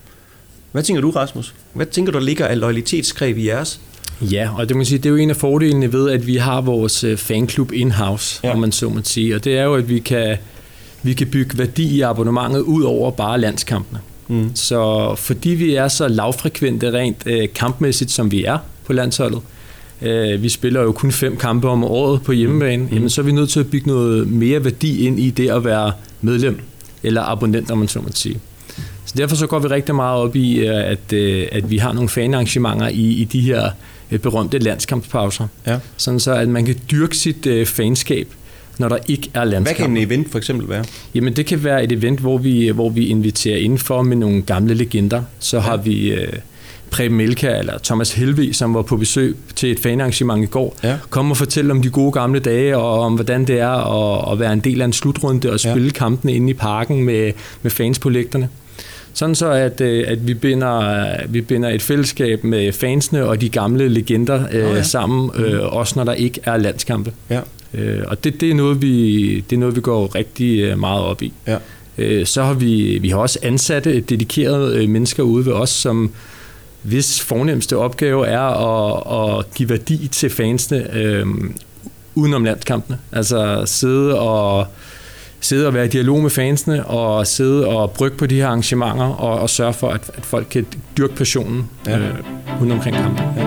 Hvad tænker du, Rasmus? Hvad tænker du, der ligger af loyalitetsgreb i jeres? Ja, og det må sige, det er jo en af fordelene ved, at vi har vores fanklub in-house, ja. Om man så må sige. Og det er jo, at vi kan, vi kan bygge værdi i abonnementet ud over bare landskampene. Mm. Så fordi vi er så lavfrekvente rent øh, kampmæssigt, som vi er på landsholdet, øh, vi spiller jo kun fem kampe om året på hjemmebane, mm. jamen, så er vi nødt til at bygge noget mere værdi ind i det at være medlem eller abonnent, om man så må sige. Så derfor så går vi rigtig meget op i, at, øh, at vi har nogle fanarrangementer i, i de her øh, berømte landskampspauser, ja. Sådan så at man kan dyrke sit øh, fanskab, når der ikke er landskamp. Hvad kan en event for eksempel være? Jamen det kan være et event, hvor vi, hvor vi inviterer indenfor med nogle gamle legender. Så ja. Har vi øh, Preben Melka eller Thomas Helvig, som var på besøg til et fanarrangement i går, ja. Kom og fortælle om de gode gamle dage, og om hvordan det er at, at være en del af en slutrunde og spille ja. Kampene inde i parken med, med fans på lægterne. Sådan så, at, at vi, binder, vi binder et fællesskab med fansene og de gamle legender øh, oh ja. Sammen, øh, mm. også når der ikke er landskampe. Ja. Øh, og det, det, er noget, vi, det er noget, vi går rigtig meget op i. Ja. Øh, så har vi, vi har også ansatte, dedikerede mennesker ude ved os, som hvis fornemmeste opgave er at, at give værdi til fansene øh, udenom landskampene. Altså sidde og sidde og være i dialog med fansene, og sidde og brygge på de her arrangementer, og, og sørge for, at, at folk kan dyrke passionen ja. øh, uden omkring kampen. Ja.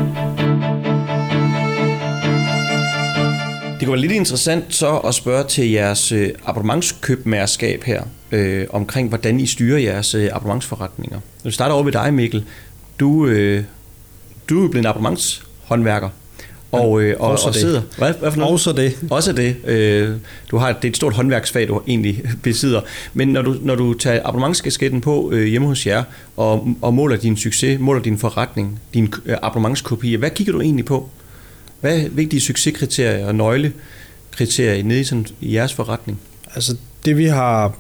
Det kunne være lidt interessant så at spørge til jeres abonnementskøbmærskab her, øh, omkring hvordan I styrer jeres abonnementsforretninger. Når vi starter over ved dig, Mikkel. Du, øh, du er blevet en abonnementshåndværker. Og, øh, og, og sidder. Hvad, hvad for noget? Også det. Også det. Øh, du har, det er et stort håndværksfag, du egentlig besidder. Men når du, når du tager abonnementskasketten på øh, hjemme hos jer, og, og måler din succes, måler din forretning, din øh, abonnementskopier, hvad kigger du egentlig på? Hvad er vigtige succeskriterier og nøglekriterier nede i, sådan, i jeres forretning? Altså det vi har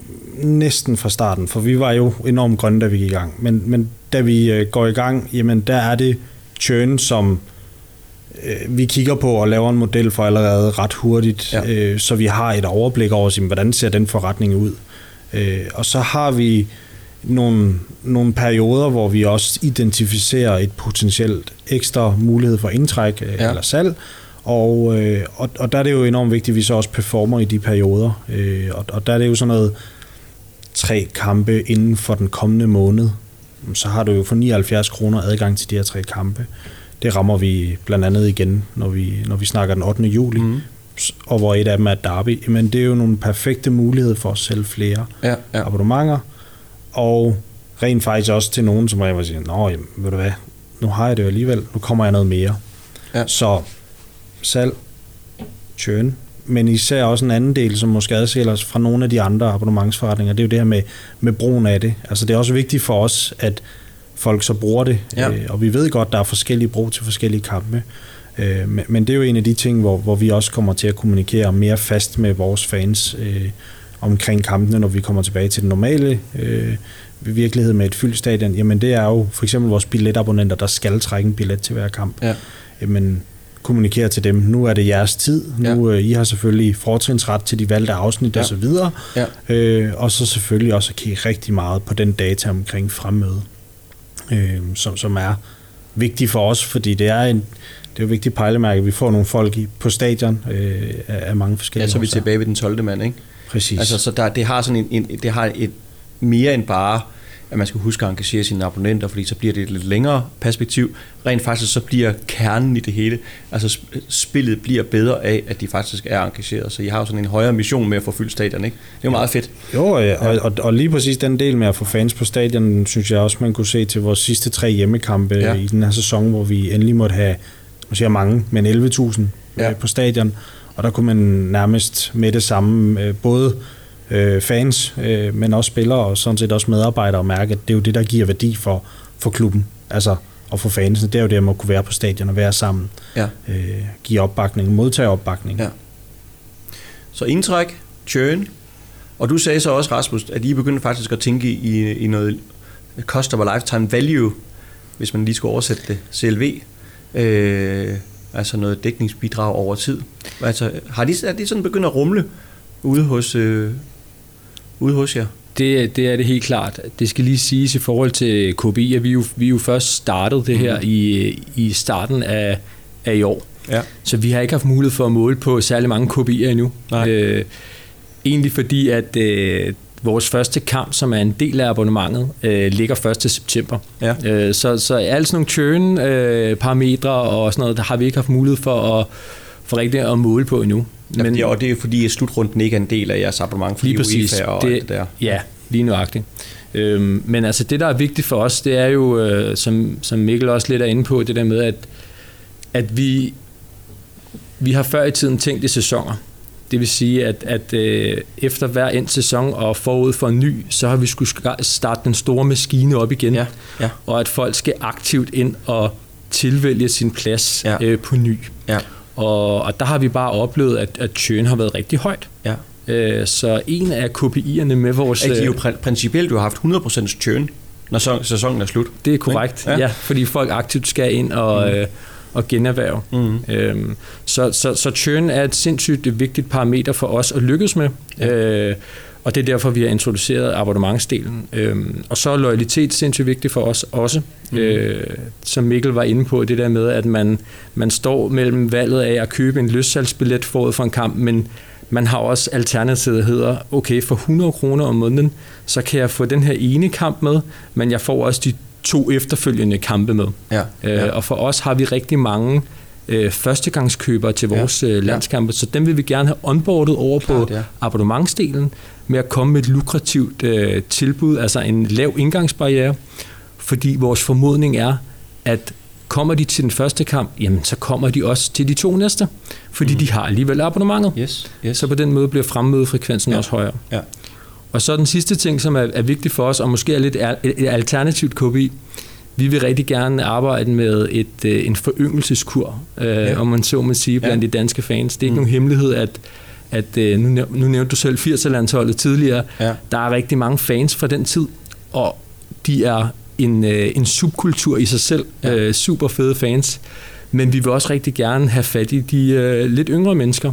næsten fra starten, for vi var jo enormt grønne, da vi gik i gang, men, men da vi øh, går i gang, jamen der er det churn, som øh, vi kigger på og laver en model for allerede ret hurtigt, ja. øh, så vi har et overblik over, sige, hvordan ser den forretning ud. Øh, og så har vi nogle, nogle perioder, hvor vi også identificerer et potentielt ekstra mulighed for indtræk øh, ja. eller salg, og, øh, og, og der er det jo enormt vigtigt, at vi så også performer i de perioder, øh, og, og der er det jo sådan noget tre kampe inden for den kommende måned, så har du jo for nioghalvfjerds kroner adgang til de her tre kampe. Det rammer vi blandt andet igen, når vi, når vi snakker den ottende juli, mm. og hvor et af dem er Derby. Men det er jo nogle perfekte muligheder for at sælge flere ja, ja. abonnementer, og rent faktisk også til nogen, som rent siger, nå, jamen, ved du hvad, nu har jeg det jo alligevel, nu kommer jeg noget mere. Ja. Så salg, churn, men især også en anden del, som måske adskiller os fra nogle af de andre abonnementsforretninger, det er jo det her med, med brugen af det. Altså det er også vigtigt for os, at folk så bruger det, ja. øh, og vi ved godt, der er forskellige brug til forskellige kampe, øh, men, men det er jo en af de ting, hvor, hvor vi også kommer til at kommunikere mere fast med vores fans øh, omkring kampene, når vi kommer tilbage til den normale øh, virkelighed med et fyldt stadion. Jamen det er jo for eksempel vores billetabonnenter, der skal trække en billet til hver kamp. Ja. Jamen kommunikere til dem, nu er det jeres tid, nu ja. øh, I har selvfølgelig fortrinsret til de valgte afsnit ja. og så videre, ja. øh, og så selvfølgelig også at kigge rigtig meget på den data omkring fremmøde, øh, som, som er vigtig for os, fordi det er en det er jo vigtigt pejlemærke, vi får nogle folk i, på stadion øh, af, af mange forskellige. Ja, så er vi tilbage ved den tolvte mand, ikke? Præcis. Altså, så der, det har sådan en, en det har et mere end bare at man skal huske at engagere sine abonnenter, fordi så bliver det et lidt længere perspektiv. Rent faktisk så bliver kernen i det hele, altså spillet bliver bedre af, at de faktisk er engageret. Så I har jo sådan en højere mission med at få fyldt stadion, ikke? Det er jo meget fedt. Jo, ja. og, og, og lige præcis den del med at få fans på stadion, synes jeg også, man kunne se til vores sidste tre hjemmekampe ja. i den her sæson, hvor vi endelig måtte have, nu siger jeg mange, men elleve tusind ja. på stadion. Og der kunne man nærmest med det samme, både øh, fans, øh, men også spillere og sådan set også medarbejdere mærke, at det er jo det, der giver værdi for, for klubben. Altså, og for fansene, det er jo det, at man kunne være på stadion og være sammen. Ja. Øh, give opbakning, modtage opbakning. Ja. Så indtræk, churn, og du sagde så også, Rasmus, at I begyndte faktisk at tænke i, i noget customer lifetime value, hvis man lige skulle oversætte det, C L V, øh, altså noget dækningsbidrag over tid. Altså, har de, er de sådan begyndt at rumle ude hos, øh, ude hos jer? Det, det er det helt klart. Det skal lige siges i forhold til K B I, at vi jo, vi jo først startede det her mm-hmm. i, i starten af, af i år. Ja. Så vi har ikke haft mulighed for at måle på særlig mange K B I'er endnu. Øh, egentlig fordi, at øh, vores første kamp, som er en del af abonnementet, øh, ligger første september. Ja. Øh, så, så alle sådan nogle churn, øh, parametre og sådan noget, der har vi ikke haft mulighed for at, for rigtig at måle på endnu. Ja, men, og det er fordi, at slutrunden ikke er en del af jeres abonnement, fordi UEFA og det, alt det der. Ja, lige nøjagtigt. Øhm, men altså det, der er vigtigt for os, det er jo, øh, som, som Mikkel også lidt er inde på, det der med, at, at vi, vi har før i tiden tænkt i sæsoner. Det vil sige, at, at øh, efter hver end sæson og forud for en ny, så har vi skulle starte den store maskine op igen. Ja, ja. Og at folk skal aktivt ind og tilvælge sin plads ja. øh, på ny. Ja. Og, og der har vi bare oplevet, at, at churn har været rigtig højt. Ja. Øh, så en af K P I'erne med vores... At I jo pr- principielt har haft hundrede procent churn, når sæsonen er slut. Det er korrekt, ja. ja, fordi folk aktivt skal ind og, mm. øh, og generhverve. Mm. Øhm, så, så, så churn er et sindssygt vigtigt parameter for os at lykkes med, ja. øh, og det er derfor, vi har introduceret abonnementsdelen. Øhm, og så er loyalitet sindssygt vigtigt for os også, mm. øh, som Mikkel var inde på, det der med, at man, man står mellem valget af at købe en lystsalgsbillet forud for en kamp, men man har også alternativet, der hedder, okay, for hundrede kroner om måneden, så kan jeg få den her ene kamp med, men jeg får også de to efterfølgende kampe med. Ja, ja. Øh, og for os har vi rigtig mange øh, førstegangskøbere til vores ja, øh, landskampe, ja. Så dem vil vi gerne have onboardet over Klart, på ja. abonnementsdelen, med at komme med et lukrativt øh, tilbud, altså en lav indgangsbarriere, fordi vores formodning er, at kommer de til den første kamp, jamen så kommer de også til de to næste, fordi mm. de har alligevel abonnementet. Yes, yes. Så på den måde bliver fremmødefrekvensen ja. også højere. Ja. Og så den sidste ting, som er, er vigtig for os, og måske er lidt er, et alternativt K B I, vi vil rigtig gerne arbejde med et, en foryngelseskur, øh, ja. om man så må sige, blandt ja. de danske fans. Det er ikke mm. nogen hemmelighed, at, at nu, nu nævnte du selv firser-landsholdet tidligere. Ja. Der er rigtig mange fans fra den tid, og de er en, en subkultur i sig selv. Ja. Øh, super fede fans. Men vi vil også rigtig gerne have fat i de øh, lidt yngre mennesker.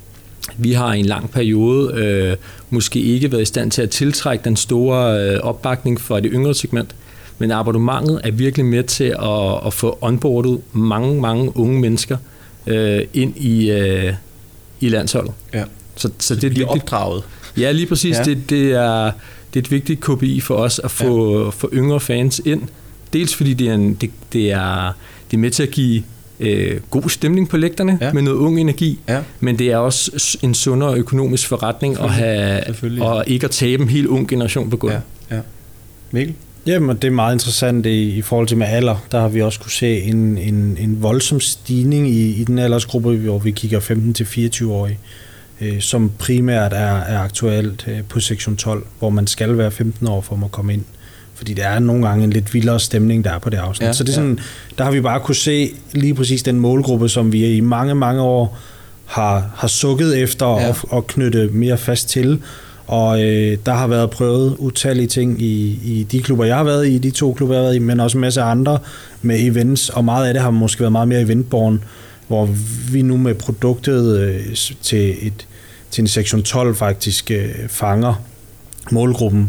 Vi har i en lang periode øh, måske ikke været i stand til at tiltrække den store øh, opbakning for det yngre segment, men abonnementet er virkelig med til at, at få onboardet mange, mange unge mennesker øh, ind i, øh, i landsholdet. Ja. Så, så det er vigtigt. Opdraget. Ja, lige præcis. Ja. Det, det, er, det er et vigtigt K P I for os at få, ja. få yngre fans ind. Dels fordi det er, en, det, det er, det er med til at give Øh, god stemning på lægterne, ja. med noget ung energi, ja. men det er også en sundere økonomisk forretning at have, og ikke at tabe en helt ung generation på gulvet. Ja. Ja. Mikkel? Jamen, det er meget interessant i, i forhold til med alder. Der har vi også kunne se en, en, en voldsom stigning i, i den aldersgruppe, hvor vi kigger femten til fireogtyve-årige, øh, som primært er, er aktuelt øh, på sektion tolv, hvor man skal være femten år for at komme ind. Fordi det er nogle gange en lidt vildere stemning, der er på det afsnit. Ja, så det er sådan, ja. der har vi bare kunne se lige præcis den målgruppe, som vi i mange, mange år har, har sukket efter ja. og, og knytte mere fast til. Og øh, der har været prøvet utallige ting i, i de klubber, jeg har været i, de to klubber, jeg har været i, men også en masse andre med events, og meget af det har måske været meget mere eventborn, hvor vi nu med produktet øh, til, et, til en sektion tolv faktisk øh, fanger målgruppen.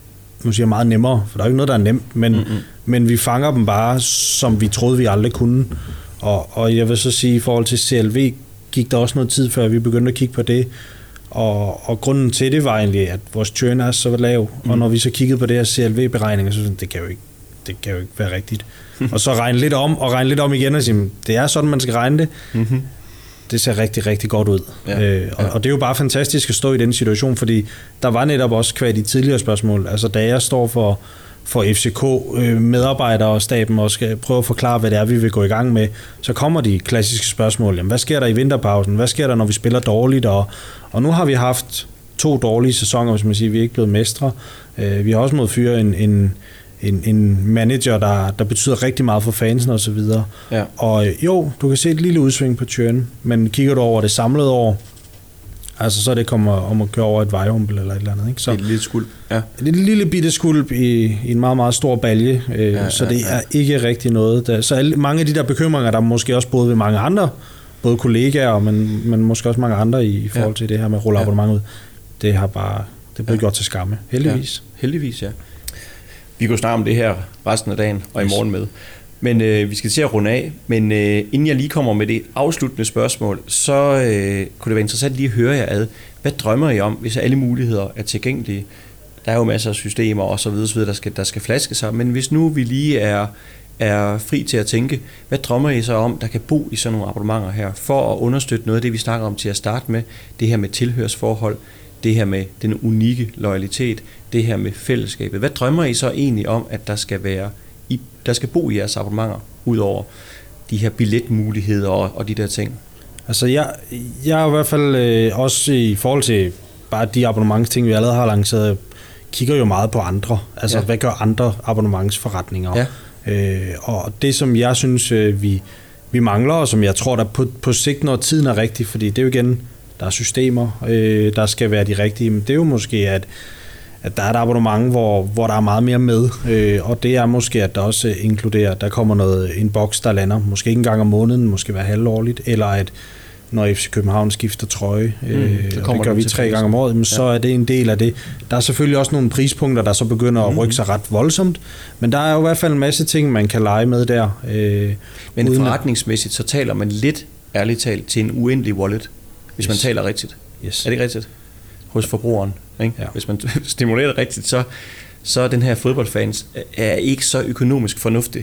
Nu siger jeg meget nemmere, for der er ikke noget, der er nemt, men, mm-hmm. men vi fanger dem bare, som vi troede, vi aldrig kunne. Og, og jeg vil så sige, i forhold til C L V, gik der også noget tid, før vi begyndte at kigge på det. Og, og grunden til det var egentlig, at vores churn er så lav, mm. og når vi så kiggede på det her C L V-beregninger, så sådan, det kan jo ikke, det kan jo ikke være rigtigt. og så regne lidt om, og regne lidt om igen, og sige, det er sådan, man skal regne det. Mm-hmm. Det ser rigtig, rigtig godt ud. Ja, øh, og, ja. og det er jo bare fantastisk at stå i den situation, fordi der var netop også kvad de tidligere spørgsmål. Altså da jeg står for, for F C K øh, medarbejdere og staben og skal prøve at forklare, hvad det er, vi vil gå i gang med, så kommer de klassiske spørgsmål. Jamen, hvad sker der i vinterpausen? Hvad sker der, når vi spiller dårligt? Og, og nu har vi haft to dårlige sæsoner, hvis man siger, vi er ikke blevet mestre. Øh, vi har også måttet fyre en, en En, en manager, der, der betyder rigtig meget for fansen og så videre. Ja. Og jo, du kan se et lille udsving på churn, men kigger du over det samlede år, altså så er det kommer om at køre over et vejhumpel eller et eller andet. Ikke? Så et lille skulp. Ja. Et lille bitte skulp i, i en meget, meget stor balje, øh, ja, så det ja, ja. er ikke rigtig noget. Der, så alle, mange af de der bekymringer, der er måske også både ved mange andre, både kollegaer, men, men måske også mange andre i, i forhold til ja. det her med at rulle abonnement ud, det har bare det blevet ja. gjort til skamme. Heldigvis. Ja. Heldigvis, ja. Vi kunne snakke om det her resten af dagen og i morgen med. Men øh, vi skal til at runde af. Men øh, inden jeg lige kommer med det afsluttende spørgsmål, så øh, kunne det være interessant lige at høre jer ad. Hvad drømmer I om, hvis alle muligheder er tilgængelige? Der er jo masser af systemer og så videre, så videre der, skal, der skal flaske sig. Men hvis nu vi lige er, er fri til at tænke, hvad drømmer I så om, der kan bo i sådan nogle abonnementer her, for at understøtte noget af det, vi snakker om til at starte med, det her med tilhørsforhold, det her med den unikke loyalitet, det her med fællesskabet. Hvad drømmer I så egentlig om, at der skal være, i, der skal bo i jeres abonnementer, ud over de her billetmuligheder og, og de der ting? Altså jeg, jeg er i hvert fald øh, også i forhold til bare de abonnementsting, vi allerede har lanceret, kigger jo meget på andre. Altså ja. hvad gør andre abonnementsforretninger? Ja. Øh, og det som jeg synes, øh, vi, vi mangler, og som jeg tror, der på, på sigt, når tiden er rigtig, fordi det er jo igen, der er systemer, øh, der skal være de rigtige, men det er jo måske, at at der er et abonnement, hvor, hvor der er meget mere med, øh, og det er måske, at der også inkluderer, der kommer noget, en boks, der lander, måske ikke en gang om måneden, måske hver halvårligt, eller at når F C København skifter trøje, øh, mm, og det gør vi tre gange om året, men ja. så er det en del af det. Der er selvfølgelig også nogle prispunkter, der så begynder at rykke sig ret voldsomt, men der er jo i hvert fald en masse ting, man kan lege med der. Øh, men forretningsmæssigt, så taler man lidt, ærligt talt, til en uendelig wallet, hvis yes. man taler rigtigt. Yes. Er det ikke rigtigt? Hos forbrugeren. Ikke? Ja. Hvis man stimulerer det rigtigt, så, så den her fodboldfans er ikke så økonomisk fornuftig,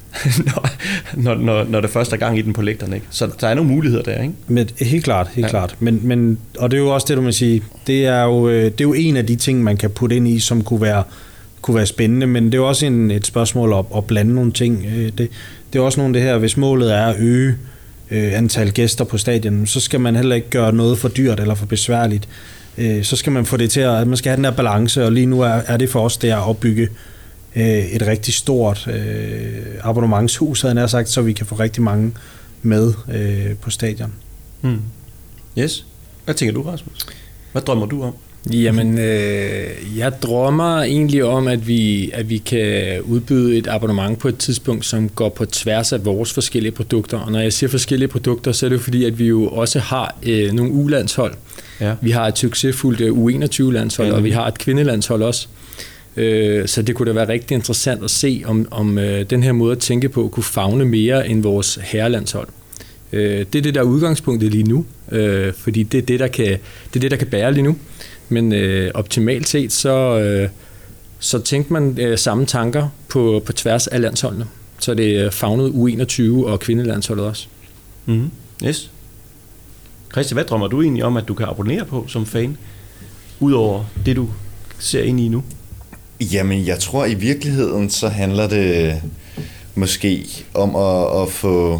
når, når, når det først er gang i den på lægterne. Ikke? Så der er nogle muligheder der, ikke? Men, helt klart, helt ja. klart. Men, men, og det er jo også det, du må sige, det er, jo, det er jo en af de ting, man kan putte ind i, som kunne være, kunne være spændende, men det er jo også en, et spørgsmål at, at blande nogle ting. Det, det er også nogle af det her, hvis målet er at øge øh, antal gæster på stadion, så skal man heller ikke gøre noget for dyrt eller for besværligt. Så skal man få det til at, man skal have den der balance, og lige nu er, er det for os, det er at opbygge øh, et rigtig stort øh, abonnementshus, havde jeg sagt, så vi kan få rigtig mange med øh, på stadion. Mm. Yes. Hvad tænker du, Rasmus? Hvad drømmer du om? Jamen, øh, jeg drømmer egentlig om, at vi, at vi kan udbyde et abonnement på et tidspunkt, som går på tværs af vores forskellige produkter. Og når jeg siger forskellige produkter, så er det jo fordi, at vi jo også har øh, nogle U-landshold. Ja. Vi har et succesfuldt U enogtyve-landshold, ja. Og vi har et kvindelandshold også. Øh, så det kunne da være rigtig interessant at se, om, om øh, den her måde at tænke på kunne favne mere end vores herrelandshold. Øh, det er det, der er udgangspunktet lige nu, øh, fordi det er det, der kan, det er det, der kan bære lige nu. Men øh, optimalt set, så, øh, så tænkte man øh, samme tanker på, på tværs af landsholdene. Så det er favnet U enogtyve og kvindelandsholdet også. Mm-hmm. Yes. Christian, hvad drømmer du egentlig om, at du kan abonnere på som fan, udover det, du ser ind i nu? Jamen, jeg tror i virkeligheden, så handler det måske om at, at få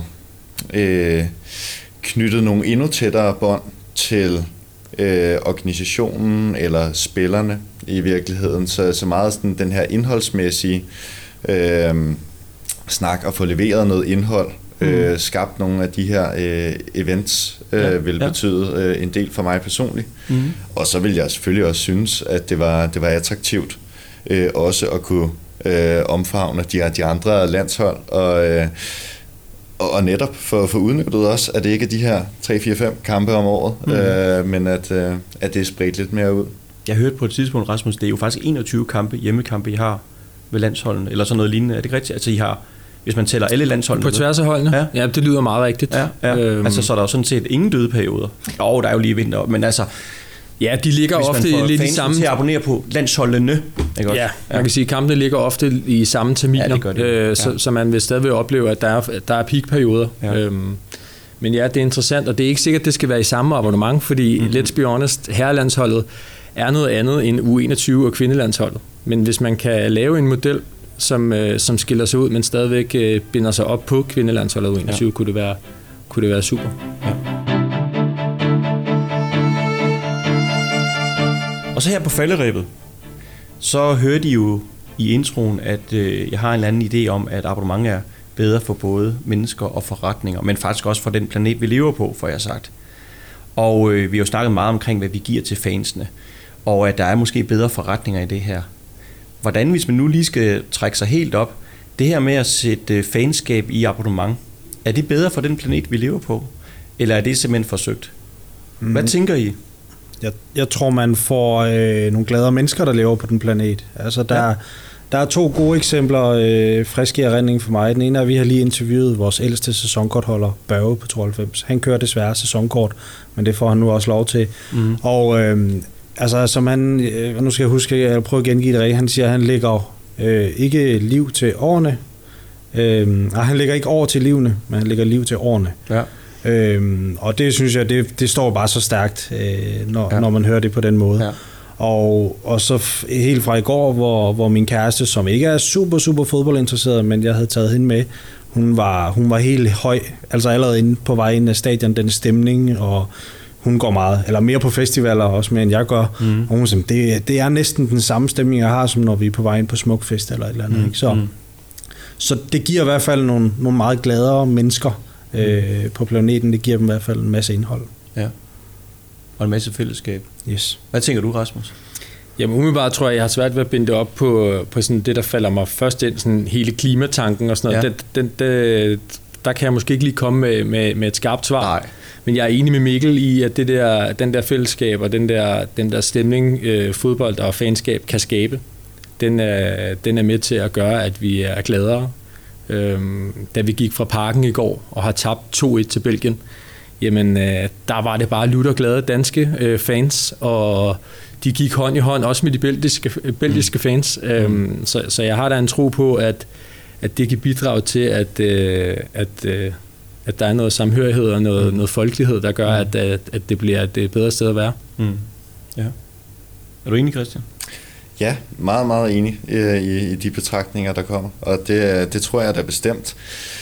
øh, knyttet nogle endnu tættere bånd til øh, organisationen eller spillerne i virkeligheden. Så, så meget sådan den her indholdsmæssige øh, snak og få leveret noget indhold, mm. øh, skabt nogle af de her øh, events, øh, ja, vil ja. betyde øh, en del for mig personligt. Mm. Og så vil jeg selvfølgelig også synes, at det var, det var attraktivt øh, også at kunne øh, omfavne de, de andre landshold og øh, og netop for, for udnyttet også, at det ikke er de her tre fire fem kampe om året, mm. øh, men at, øh, at det er spredt lidt mere ud. Jeg hørte på et tidspunkt, Rasmus, det er jo faktisk enogtyve kampe, hjemmekampe, I har ved landsholdene, eller sådan noget lignende. Er det ikke rigtigt? Altså, I har, hvis man tæller alle landsholdene. På tværs af holdene? Ja. Ja, det lyder meget rigtigt. Ja, ja. Øhm. Altså, så er der jo sådan set ingen døde perioder. Jo, der er jo lige vinter, men altså... Ja, de ligger ofte lidt i samme... til at abonnere på landsholdene. Ikke ja, man kan sige, at kampene ligger ofte i samme terminer, ja, det gør det. Øh, så, ja. så man vil stadigvæk opleve, at der er, der er peakperioder. Ja. Øhm, men ja, det er interessant, og det er ikke sikkert, at det skal være i samme abonnement, fordi mm-hmm. let's be honest, herrelandsholdet er noget andet end U enogtyve og kvindelandsholdet. Men hvis man kan lave en model, som, øh, som skiller sig ud, men stadigvæk øh, binder sig op på kvindelandsholdet U enogtyve, ja. kunne, det være, kunne det være super. Ja. Og så her på falderebet, så hørte I jo i introen, at øh, jeg har en eller anden idé om, at abonnement er bedre for både mennesker og forretninger, men faktisk også for den planet, vi lever på, for jeg har sagt. Og øh, vi har jo snakket meget omkring, hvad vi giver til fansene, og at der er måske bedre forretninger i det her. Hvordan, hvis man nu lige skal trække sig helt op, det her med at sætte fanskab i abonnement, er det bedre for den planet, vi lever på? Eller er det simpelthen forsøgt? Mm. Hvad tænker I? Jeg, jeg tror, man får øh, nogle gladere mennesker, der lever på den planet. Altså, der, ja. der er to gode eksempler, øh, friske i erindring for mig. Den ene er, at vi har lige interviewet vores ældste sæsonkortholder, Børge på tooghalvfems. Han kører desværre sæsonkort, men det får han nu også lov til. Mm. Og øh, altså, som han, øh, nu skal jeg huske, jeg prøver at gengive det, han siger, at han lægger øh, ikke liv til årene. Øh, nej, han lægger ikke år til livene, men han lægger liv til årene. Ja. Øhm, og det synes jeg, det, det står bare så stærkt, øh, når, ja. når man hører det på den måde. Ja. Og, og så f- helt fra i går, hvor, hvor min kæreste, som ikke er super, super fodboldinteresseret, men jeg havde taget hende med, hun var, hun var helt høj, altså allerede inde på vej ind af stadion, den stemning, og hun går meget, eller mere på festivaler også mere end jeg gør. Mm. Og hun siger, det, det er næsten den samme stemning, jeg har, som når vi er på vej ind på Smukfest eller et eller andet. Mm. Ikke? Så, mm. så det giver i hvert fald nogle, nogle meget gladere mennesker, Øh, på planeten. Det giver dem i hvert fald en masse indhold. Ja. Og en masse fællesskab. Yes. Hvad tænker du, Rasmus? Jamen umiddelbart tror jeg, jeg har svært ved at binde det op på, på sådan det, der falder mig først ind, sådan hele klimatanken og sådan noget. Ja. Den, den, den, der kan jeg måske ikke lige komme med, med, med et skarpt svar. Nej. Men jeg er enig med Mikkel i, at det der, den der fællesskab og den der, den der stemning, øh, fodbold og fanskab kan skabe, den er, den er med til at gøre, at vi er gladere. Øhm, da vi gik fra parken i går og har tabt to et til Belgien, jamen øh, der var det bare lutter glade danske øh, fans, og de gik hånd i hånd også med de belgiske, belgiske fans, øhm, så, så jeg har da en tro på, at, at det kan bidrage til, at, øh, at, øh, at der er noget samhørighed og noget, mm. noget folkelighed, der gør, at, at, at det bliver et bedre sted at være. Mm. Ja. Er du enig, Christian? Ja, meget, meget enig i, i de betragtninger, der kommer. Og det, det tror jeg da bestemt,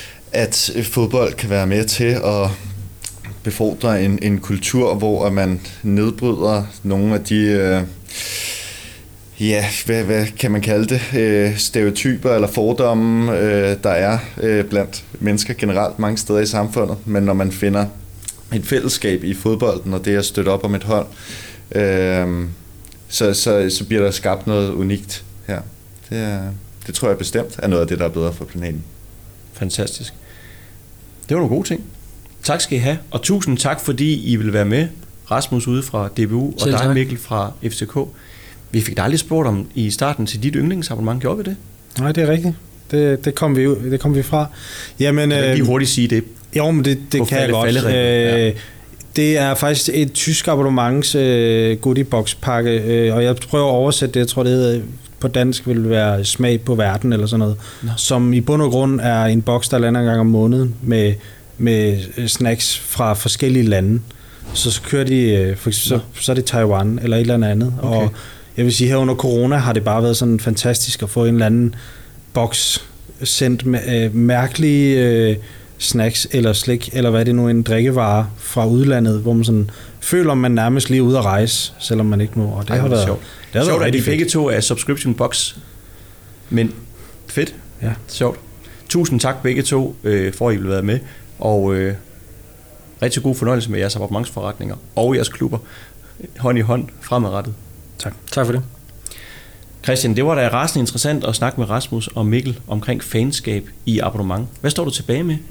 at fodbold kan være med til at befordre en, en kultur, hvor man nedbryder nogle af de, ja, hvad, hvad kan man kalde det? Øh, stereotyper eller fordomme, øh, der er øh, blandt mennesker generelt mange steder i samfundet. Men når man finder et fællesskab i fodbolden, og det at støtte op om et hold, øh, så, så, så bliver der skabt noget unikt her. Det, er, det tror jeg bestemt er noget af det, der er bedre for planeten. Fantastisk. Det var nogle gode ting. Tak skal I have, og tusind tak, fordi I vil være med. Rasmus ude fra D B U, og dig, Mikkel, fra F C K. Vi fik dig aldrig spurgt om i starten til dit yndlingsabonnement. Gjorde vi det? Nej, det er rigtigt. Det, det, kom, vi, det kom vi fra. Jamen, kan du lige hurtigt sige det? Jo, men det, det kan jeg godt. Øh, ja. Det er faktisk et tysk abonnements øh, goodiebox-pakke, øh, og jeg prøver at oversætte det. Jeg tror, det hedder, på dansk vil være smag på verden, eller sådan noget. Nå. Som i bund og grund er en boks, der lander en gang om måneden med, med snacks fra forskellige lande. Så, så kører de, for eksempel, så, så er det Taiwan eller et eller andet. Okay. Og jeg vil sige, her under corona har det bare været sådan fantastisk at få en eller anden boks sendt med øh, mærkelige øh, snacks eller slik, eller hvad det nu, en drikkevare fra udlandet, hvor man sådan føler, man nærmest lige ude at rejse, selvom man ikke må. Og det Ej, har været sjovt. Det har sjovt, været at de begge to er subscription box. Men fedt. Ja. Sjovt. Tusind tak begge to, øh, for at I vil være med. Og øh, rigtig god fornøjelse med jeres abonnementsforretninger og jeres klubber. Hånd i hånd fremadrettet. Tak. Tak for det. Christian, det var da rasende interessant at snakke med Rasmus og Mikkel omkring fanskab i abonnement. Hvad står du tilbage med?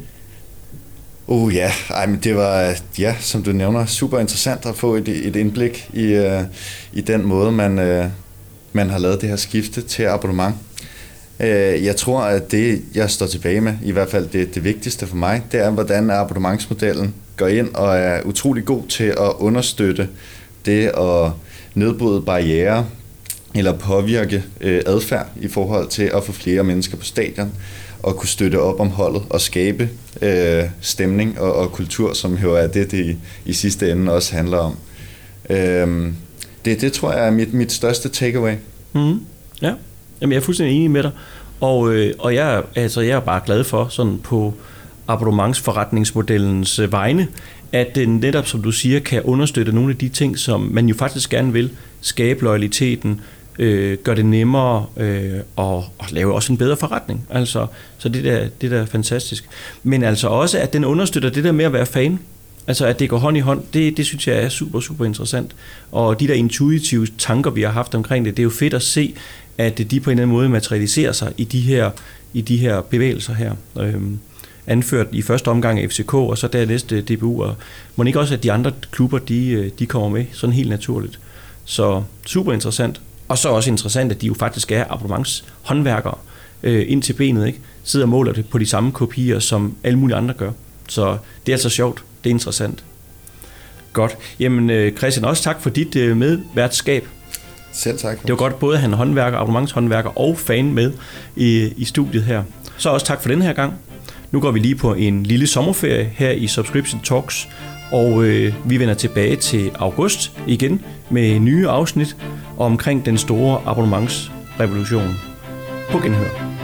Uh ja, Ej, men det var, ja, som du nævner, super interessant at få et, et indblik i, uh, i den måde, man, uh, man har lavet det her skifte til abonnement. Uh, jeg tror, at det, jeg står tilbage med, i hvert fald det, det vigtigste for mig, det er, hvordan abonnementsmodellen går ind og er utrolig god til at understøtte det at nedbryde barrierer eller påvirke øh, adfærd i forhold til at få flere mennesker på stadion og kunne støtte op om holdet og skabe øh, stemning og, og kultur, som jo er det, det i, i sidste ende også handler om. Øh, det, det tror jeg er mit, mit største takeaway. Mm-hmm. Ja, Jamen, jeg er fuldstændig enig med dig, og, øh, og jeg, altså, jeg er bare glad for sådan på abonnementsforretningsmodellens øh, vegne, at den netop, som du siger, kan understøtte nogle af de ting, som man jo faktisk gerne vil, skabe loyaliteten, øh, gøre det nemmere øh, og, og lave også en bedre forretning. Altså, så det der, det der er fantastisk. Men altså også, at den understøtter det der med at være fan. Altså, at det går hånd i hånd, det, det synes jeg er super, super interessant. Og de der intuitive tanker, vi har haft omkring det, det er jo fedt at se, at de på en eller anden måde materialiserer sig i de her, i de her bevægelser her. Øhm, anført i første omgang af F C K, og så dernæste D B U, og må ikke også, at de andre klubber, de, de kommer med, sådan helt naturligt. Så super interessant. Og så også interessant, at de jo faktisk er abonnementshåndværkere øh, ind til benet, ikke? Sidder og måler det på de samme kopier, som alle mulige andre gør. Så det er altså sjovt. Det er interessant. Godt. Jamen Christian, også tak for dit øh, medværtskab. Selv tak. Det var godt både at have en håndværker, abonnementshåndværker og fan med i, i studiet her. Så også tak for den her gang. Nu går vi lige på en lille sommerferie her i Subscription Talks, og øh, vi vender tilbage til august igen med nye afsnit omkring den store abonnementsrevolution. På genhør.